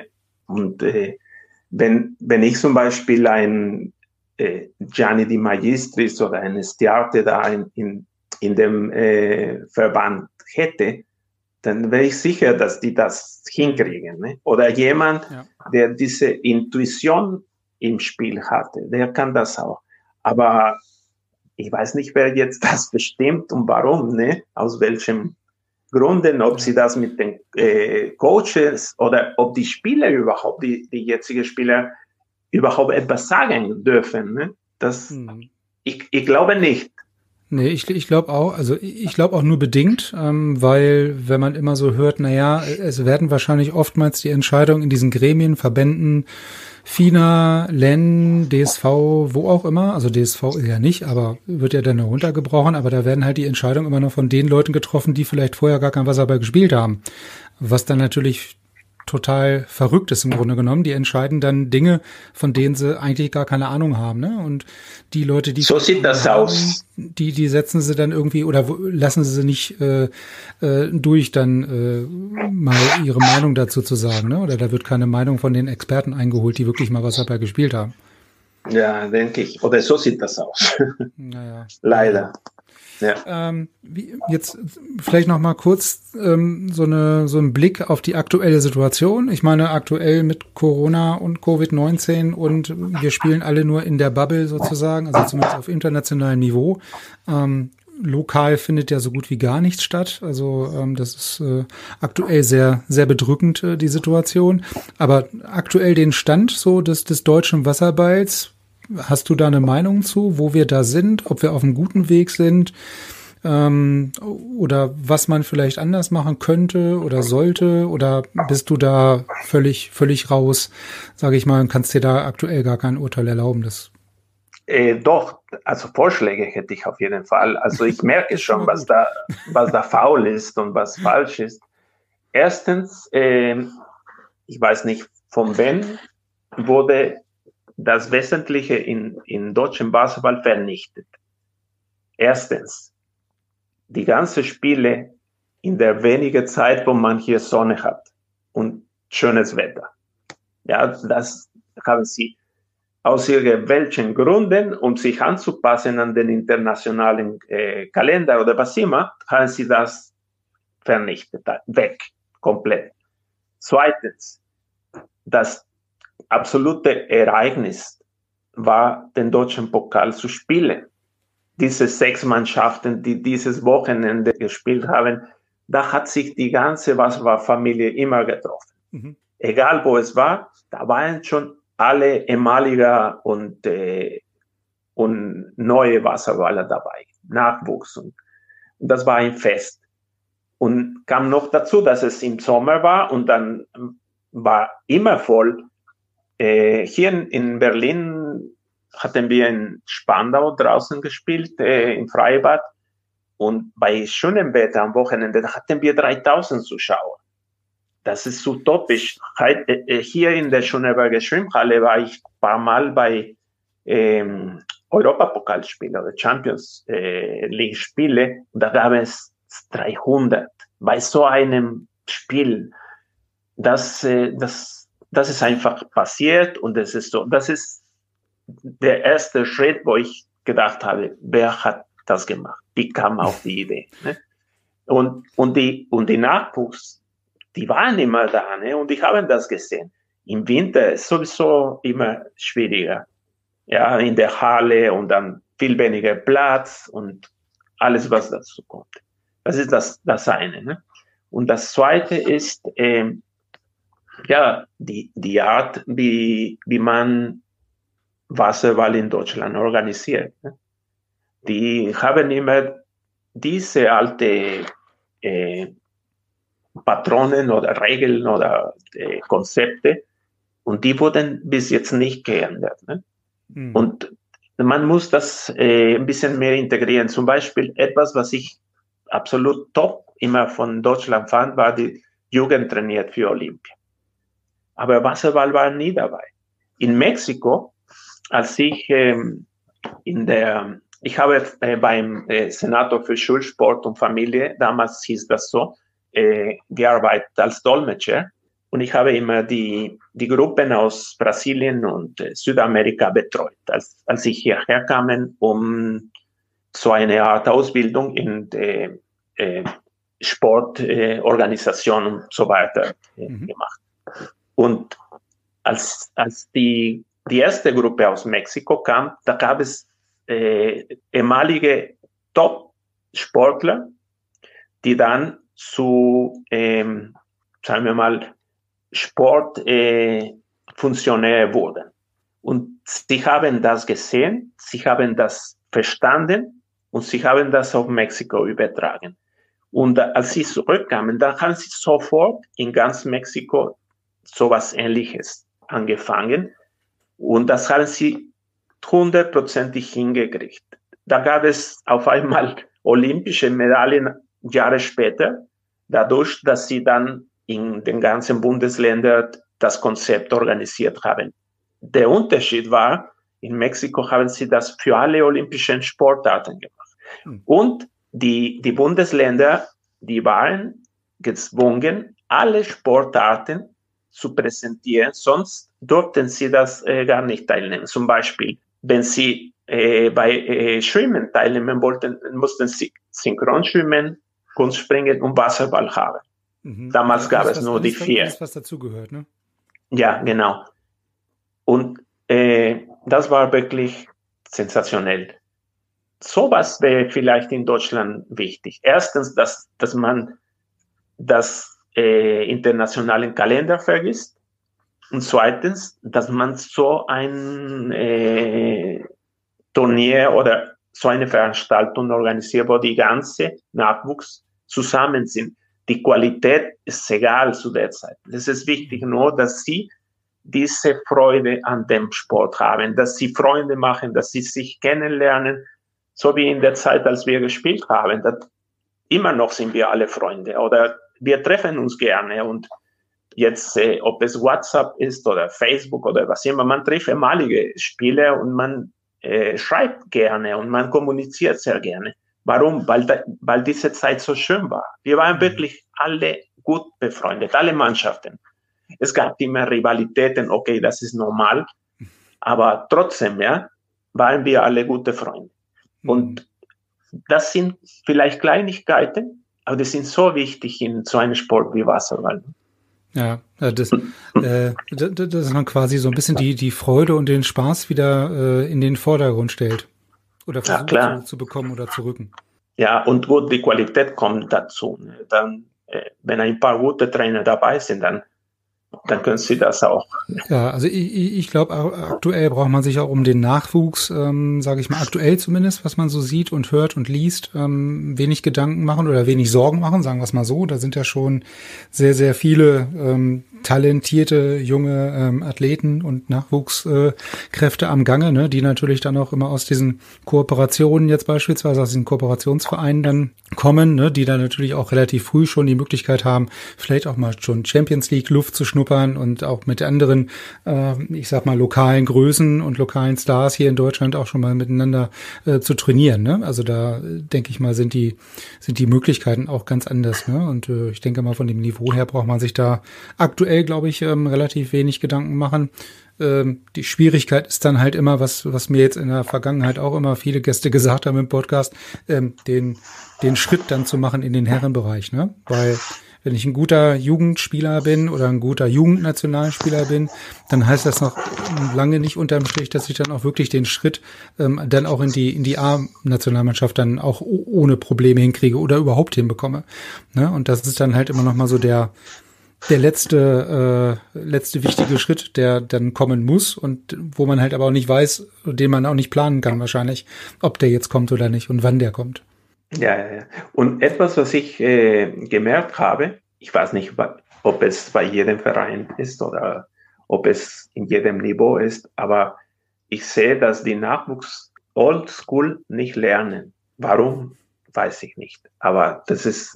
Und wenn ich zum Beispiel ein Gianni Di Magistris oder ein Stiarte da in dem Verband hätte, dann wäre ich sicher, dass die das hinkriegen. Ne? Oder jemand, der diese Intuition im Spiel hatte, der kann das auch. Aber ich weiß nicht, wer jetzt das bestimmt und warum, ne? Aus welchem Gründen, ob sie das mit den Coaches oder ob die Spieler überhaupt, die jetzigen Spieler überhaupt etwas sagen dürfen. Ne? Ich glaube nicht. Nee, ich glaube auch, also ich glaube auch nur bedingt, weil wenn man immer so hört, naja, es werden wahrscheinlich oftmals die Entscheidungen in diesen Gremien, Verbänden, FINA, LEN, DSV, wo auch immer, also DSV ist ja nicht, aber wird ja dann heruntergebrochen, aber da werden halt die Entscheidungen immer noch von den Leuten getroffen, die vielleicht vorher gar kein Wasserball gespielt haben, was dann natürlich total verrückt ist im Grunde genommen. Die entscheiden dann Dinge, von denen sie eigentlich gar keine Ahnung haben, ne? Und die Leute, die so sieht das aus, die setzen sie dann irgendwie oder lassen sie nicht durch, dann mal ihre Meinung dazu zu sagen, ne? Oder da wird keine Meinung von den Experten eingeholt, die wirklich mal Wasserball gespielt haben. Ja, denke ich. Oder so sieht das aus. Naja. Leider. Ja. Jetzt vielleicht noch mal kurz so ein Blick auf die aktuelle Situation. Ich meine, aktuell mit Corona und Covid-19 und wir spielen alle nur in der Bubble sozusagen, also zumindest auf internationalem Niveau. Lokal findet ja so gut wie gar nichts statt. Also das ist aktuell sehr, sehr bedrückend, die Situation. Aber aktuell den Stand so des deutschen Wasserballs, hast du da eine Meinung zu, wo wir da sind, ob wir auf einem guten Weg sind oder was man vielleicht anders machen könnte oder sollte, oder bist du da völlig raus, sage ich mal, und kannst dir da aktuell gar kein Urteil erlauben? Doch, also Vorschläge hätte ich auf jeden Fall. Also ich merke schon, was da faul ist und was falsch ist. Erstens, ich weiß nicht, von wem wurde das Wesentliche in deutschem Basketball vernichtet. Erstens, die ganzen Spiele in der wenigen Zeit, wo man hier Sonne hat und schönes Wetter. Ja, das haben sie aus irgendwelchen Gründen, um sich anzupassen an den internationalen Kalender oder was immer, haben sie das vernichtet, weg, komplett. Zweitens, das absolute Ereignis war, den deutschen Pokal zu spielen. Diese 6 Mannschaften, die dieses Wochenende gespielt haben, da hat sich die ganze Wasserballfamilie immer getroffen. Mhm. Egal wo es war, da waren schon alle ehemalige und neue Wasserballer dabei, Nachwuchs. Und das war ein Fest. Und kam noch dazu, dass es im Sommer war und dann war immer voll. Hier in Berlin hatten wir in Spandau draußen gespielt, im Freibad. Und bei schönem Wetter am Wochenende hatten wir 3000 Zuschauer. Das ist utopisch. Hier in der Schöneberger Schwimmhalle war ich ein paar Mal bei Europapokalspielen oder Champions League Spiele. Und da gab es 300 bei so einem Spiel. Das ist einfach passiert und das ist so. Das ist der erste Schritt, wo ich gedacht habe, wer hat das gemacht? Wie kam auf die Idee? Ne? Und die Nachwuchs, die waren immer da, ne? Und ich habe das gesehen. Im Winter ist sowieso immer schwieriger. Ja, in der Halle und dann viel weniger Platz und alles, was dazu kommt. Das ist das eine. Ne? Und das zweite ist, die Art, wie man Wasserball in Deutschland organisiert. Ne? Die haben immer diese alte Patronen oder Regeln oder Konzepte und die wurden bis jetzt nicht geändert. Ne? Mhm. Und man muss das ein bisschen mehr integrieren. Zum Beispiel etwas, was ich absolut top immer von Deutschland fand, war die Jugend trainiert für Olympia. Aber Wasserball war nie dabei. In Mexiko, als ich ich habe beim Senator für Schulsport und Familie, damals hieß das so, gearbeitet als Dolmetscher. Und ich habe immer die Gruppen aus Brasilien und Südamerika betreut, als ich hierher kam, um so eine Art Ausbildung in der Sportorganisation und so weiter gemacht. Und als die erste Gruppe aus Mexiko kam, da gab es ehemalige Top-Sportler, die dann zu, sagen wir mal, Sportfunktionäre wurden. Und sie haben das gesehen, sie haben das verstanden und sie haben das auf Mexiko übertragen. Und als sie zurückkamen, dann haben sie sofort in ganz Mexiko sowas Ähnliches angefangen. Und das haben sie 100%ig hingekriegt. Da gab es auf einmal olympische Medaillen Jahre später, dadurch, dass sie dann in den ganzen Bundesländern das Konzept organisiert haben. Der Unterschied war, in Mexiko haben sie das für alle olympischen Sportarten gemacht. Und die Bundesländer, die waren gezwungen, alle Sportarten zu präsentieren, sonst durften sie das gar nicht teilnehmen. Zum Beispiel, wenn sie bei Schwimmen teilnehmen wollten, mussten sie Synchronschwimmen, Kunstspringen und Wasserball haben. Damals gab es nur die 4. Das, was dazugehört, ne? Ja, genau. Und das war wirklich sensationell. Sowas wäre vielleicht in Deutschland wichtig. Erstens, dass man das internationalen Kalender vergisst. Und zweitens, dass man so ein Turnier oder so eine Veranstaltung organisiert, wo die ganze Nachwuchs zusammen sind. Die Qualität ist egal zu der Zeit. Es ist wichtig nur, dass sie diese Freude an dem Sport haben, dass sie Freunde machen, dass sie sich kennenlernen, so wie in der Zeit, als wir gespielt haben. Immer noch sind wir alle Freunde oder wir treffen uns gerne und jetzt, ob es WhatsApp ist oder Facebook oder was immer, man trifft ehemalige Spieler und man schreibt gerne und man kommuniziert sehr gerne. Warum? Weil diese Zeit so schön war. Wir waren wirklich alle gut befreundet, alle Mannschaften. Es gab immer Rivalitäten, okay, das ist normal, aber trotzdem, ja, waren wir alle gute Freunde. Und das sind vielleicht Kleinigkeiten, aber die sind so wichtig in so einem Sport wie Wasserball. Ja, dass man quasi so ein bisschen die Freude und den Spaß wieder in den Vordergrund stellt. Oder versucht zu bekommen oder zu rücken. Ja, und gut, die Qualität kommt dazu. Dann, wenn ein paar gute Trainer dabei sind, dann können sie das auch. Ja, also ich glaube, aktuell braucht man sich auch um den Nachwuchs, sage ich mal, aktuell zumindest, was man so sieht und hört und liest, wenig Gedanken machen oder wenig Sorgen machen, sagen wir es mal so. Da sind ja schon sehr, sehr viele talentierte junge Athleten und Nachwuchskräfte am Gange, ne, die natürlich dann auch immer aus diesen Kooperationen jetzt beispielsweise, aus den Kooperationsvereinen dann kommen, ne, die dann natürlich auch relativ früh schon die Möglichkeit haben, vielleicht auch mal schon Champions League Luft zu schnuppern und auch mit anderen, ich sag mal, lokalen Größen und lokalen Stars hier in Deutschland auch schon mal miteinander zu trainieren, ne? Also da denke ich mal, sind die Möglichkeiten auch ganz anders, ne? Und ich denke mal, von dem Niveau her braucht man sich da aktuell, glaube ich, relativ wenig Gedanken machen. Die Schwierigkeit ist dann halt immer, was mir jetzt in der Vergangenheit auch immer viele Gäste gesagt haben im Podcast, den Schritt dann zu machen in den Herrenbereich, ne? Weil wenn ich ein guter Jugendspieler bin oder ein guter Jugendnationalspieler bin, dann heißt das noch lange nicht unterm Strich, dass ich dann auch wirklich den Schritt dann auch in die A-Nationalmannschaft dann auch ohne Probleme hinkriege oder überhaupt hinbekomme. Ne? Und das ist dann halt immer noch mal so der letzte wichtige Schritt, der dann kommen muss und wo man halt aber auch nicht weiß, den man auch nicht planen kann wahrscheinlich, ob der jetzt kommt oder nicht und wann der kommt. Ja. Und etwas, was ich gemerkt habe, ich weiß nicht, ob es bei jedem Verein ist oder ob es in jedem Niveau ist, aber ich sehe, dass die Nachwuchs Oldschool nicht lernen. Warum? Weiß ich nicht. Aber das ist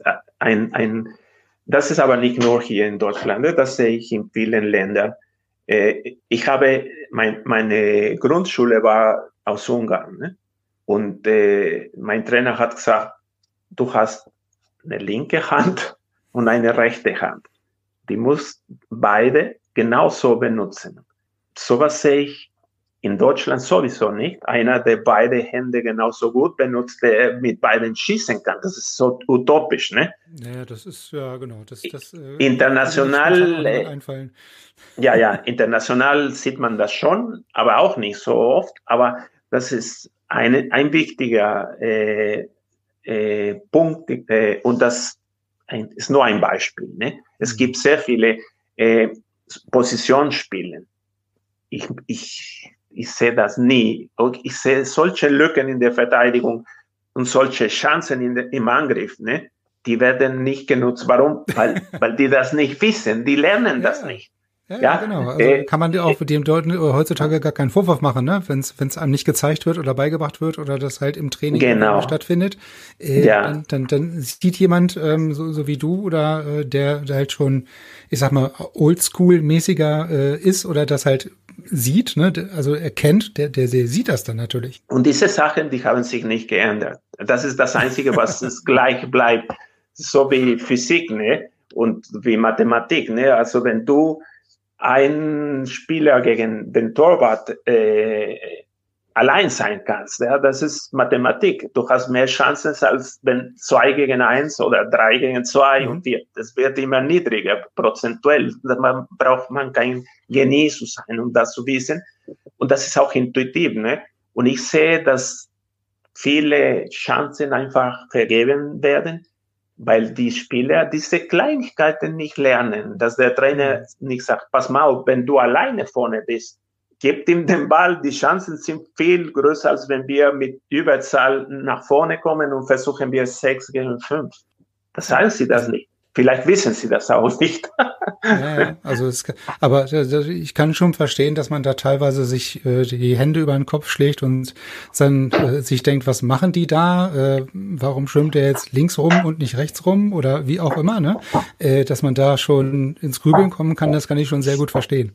das ist aber nicht nur hier in Deutschland, das sehe ich in vielen Ländern. Ich habe, meine Grundschule war aus Ungarn, ne? Und mein Trainer hat gesagt, du hast eine linke Hand und eine rechte Hand. Die muss beide genauso benutzen. Sowas sehe ich in Deutschland sowieso nicht. Einer, der beide Hände genauso gut benutzt, der mit beiden schießen kann. Das ist so utopisch, ne? Ja, das ist, ja, genau. Das international, einfallen. Ja, international sieht man das schon, aber auch nicht so oft. Aber das ist ein wichtiger Punkt, und das ist nur ein Beispiel, ne? Es gibt sehr viele Positionsspiele. Ich sehe das nie. Ich sehe solche Lücken in der Verteidigung und solche Chancen im Angriff, ne? Die werden nicht genutzt. Warum? Weil die das nicht wissen. Die lernen das nicht. Ja, genau. Also kann man auch dem heutzutage gar keinen Vorwurf machen, ne? Wenn es einem nicht gezeigt wird oder beigebracht wird oder das halt im Training stattfindet. Dann sieht jemand, so wie du oder der halt schon, ich sag mal, oldschool-mäßiger ist oder das halt sieht, ne? Also erkennt, der sieht das dann natürlich. Und diese Sachen, die haben sich nicht geändert. Das ist das Einzige, was es gleich bleibt. So wie Physik, ne? Und wie Mathematik, ne? Also wenn du ein Spieler gegen den Torwart allein sein kannst. Ja, das ist Mathematik. Du hast mehr Chancen, als wenn 2 gegen 1 oder 3 gegen 2 und 4. Das wird immer niedriger, prozentuell. Braucht man kein Genie zu sein, um das zu wissen. Und das ist auch intuitiv, ne? Und ich sehe, dass viele Chancen einfach vergeben werden, weil die Spieler diese Kleinigkeiten nicht lernen, dass der Trainer nicht sagt, pass mal auf, wenn du alleine vorne bist, gib ihm den Ball, die Chancen sind viel größer, als wenn wir mit Überzahl nach vorne kommen und versuchen wir 6 gegen 5. Das sagen sie das nicht. Vielleicht wissen sie das auch nicht. Ja, also aber ich kann schon verstehen, dass man da teilweise sich die Hände über den Kopf schlägt und dann sich denkt, was machen die da? Warum schwimmt der jetzt links rum und nicht rechts rum oder wie auch immer, ne? Dass man da schon ins Grübeln kommen kann, das kann ich schon sehr gut verstehen.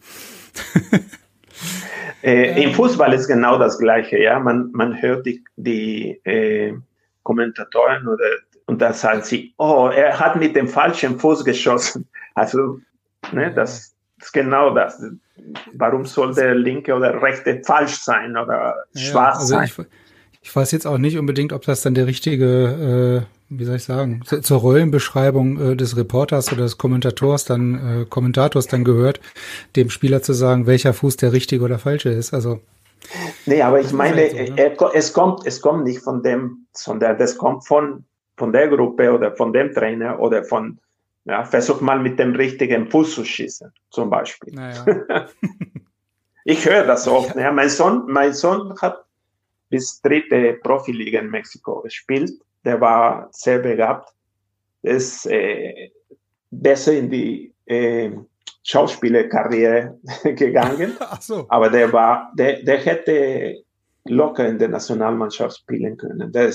Im Fußball ist genau das Gleiche, ja. Man hört die Kommentatoren und da sagen sie, oh, er hat mit dem falschen Fuß geschossen. Also, ne, das ist genau das. Warum soll der linke oder rechte falsch sein oder schwarz sein? Ich weiß jetzt auch nicht unbedingt, ob das dann der richtige, wie soll ich sagen, zur Rollenbeschreibung des Reporters oder des Kommentators dann gehört, dem Spieler zu sagen, welcher Fuß der richtige oder falsche ist. Also nee, aber ich meine, es kommt nicht von dem, sondern das kommt von der Gruppe oder von dem Trainer oder versuch mal mit dem richtigen Fuß zu schießen, zum Beispiel. Naja. Ich höre das oft. Ja. Mein Sohn hat bis 3. Profiliga in Mexiko gespielt. Der war sehr begabt. Der ist besser in die Schauspielerkarriere gegangen. Ach so. Aber der hätte locker in der Nationalmannschaft spielen können. Der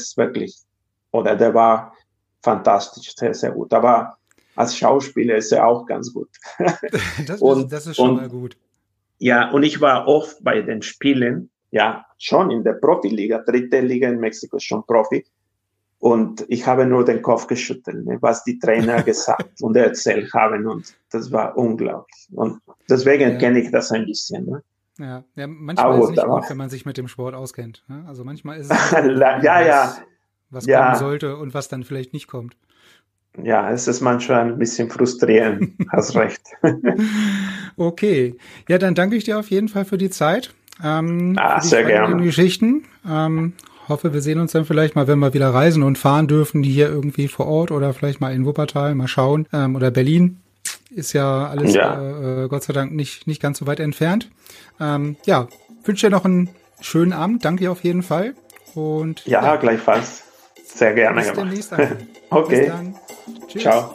war fantastisch, sehr, sehr gut. Aber als Schauspieler ist er auch ganz gut. Das ist schon mal gut. Ja, und ich war oft bei den Spielen, ja, schon in der Profiliga, 3. Liga in Mexiko ist schon Profi. Und ich habe nur den Kopf geschüttelt, ne, was die Trainer gesagt und erzählt haben. Und das war unglaublich. Und deswegen kenne ich das ein bisschen. Ne? Ja, manchmal ist es nicht gut, wenn man sich mit dem Sport auskennt. Ne? Also manchmal ist es was kommen sollte und was dann vielleicht nicht kommt. Ja, es ist manchmal ein bisschen frustrierend. Hast recht. Okay. Ja, dann danke ich dir auf jeden Fall für die Zeit. Für die sehr gerne. Geschichten. Hoffe, wir sehen uns dann vielleicht mal, wenn wir wieder reisen und fahren dürfen, hier irgendwie vor Ort oder vielleicht mal in Wuppertal, mal schauen. Oder Berlin ist ja alles Gott sei Dank nicht ganz so weit entfernt. Wünsche dir noch einen schönen Abend. Danke dir auf jeden Fall. Und gleichfalls. Sehr gerne bis gemacht. Demnächst an. Okay. Bis dann. Tschüss. Ciao.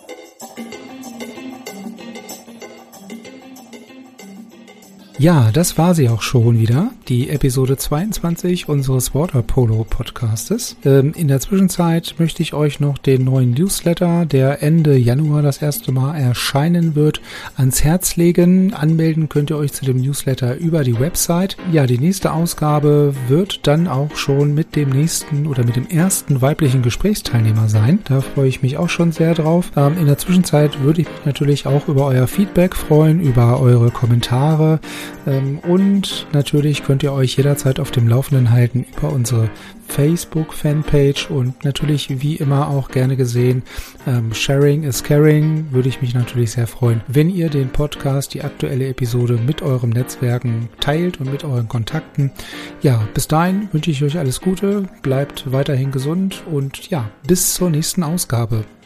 Ja, das war sie auch schon wieder, die Episode 22 unseres Waterpolo Podcastes. In der Zwischenzeit möchte ich euch noch den neuen Newsletter, der Ende Januar das erste Mal erscheinen wird, ans Herz legen. Anmelden könnt ihr euch zu dem Newsletter über die Website. Ja, die nächste Ausgabe wird dann auch schon mit dem nächsten oder mit dem ersten weiblichen Gesprächsteilnehmer sein. Da freue ich mich auch schon sehr drauf. In der Zwischenzeit würde ich mich natürlich auch über euer Feedback freuen, über eure Kommentare. Und natürlich könnt ihr euch jederzeit auf dem Laufenden halten über unsere Facebook-Fanpage und natürlich wie immer auch gerne gesehen, Sharing is Caring, würde ich mich natürlich sehr freuen, wenn ihr den Podcast, die aktuelle Episode mit euren Netzwerken teilt und mit euren Kontakten. Ja, bis dahin wünsche ich euch alles Gute, bleibt weiterhin gesund und ja, bis zur nächsten Ausgabe.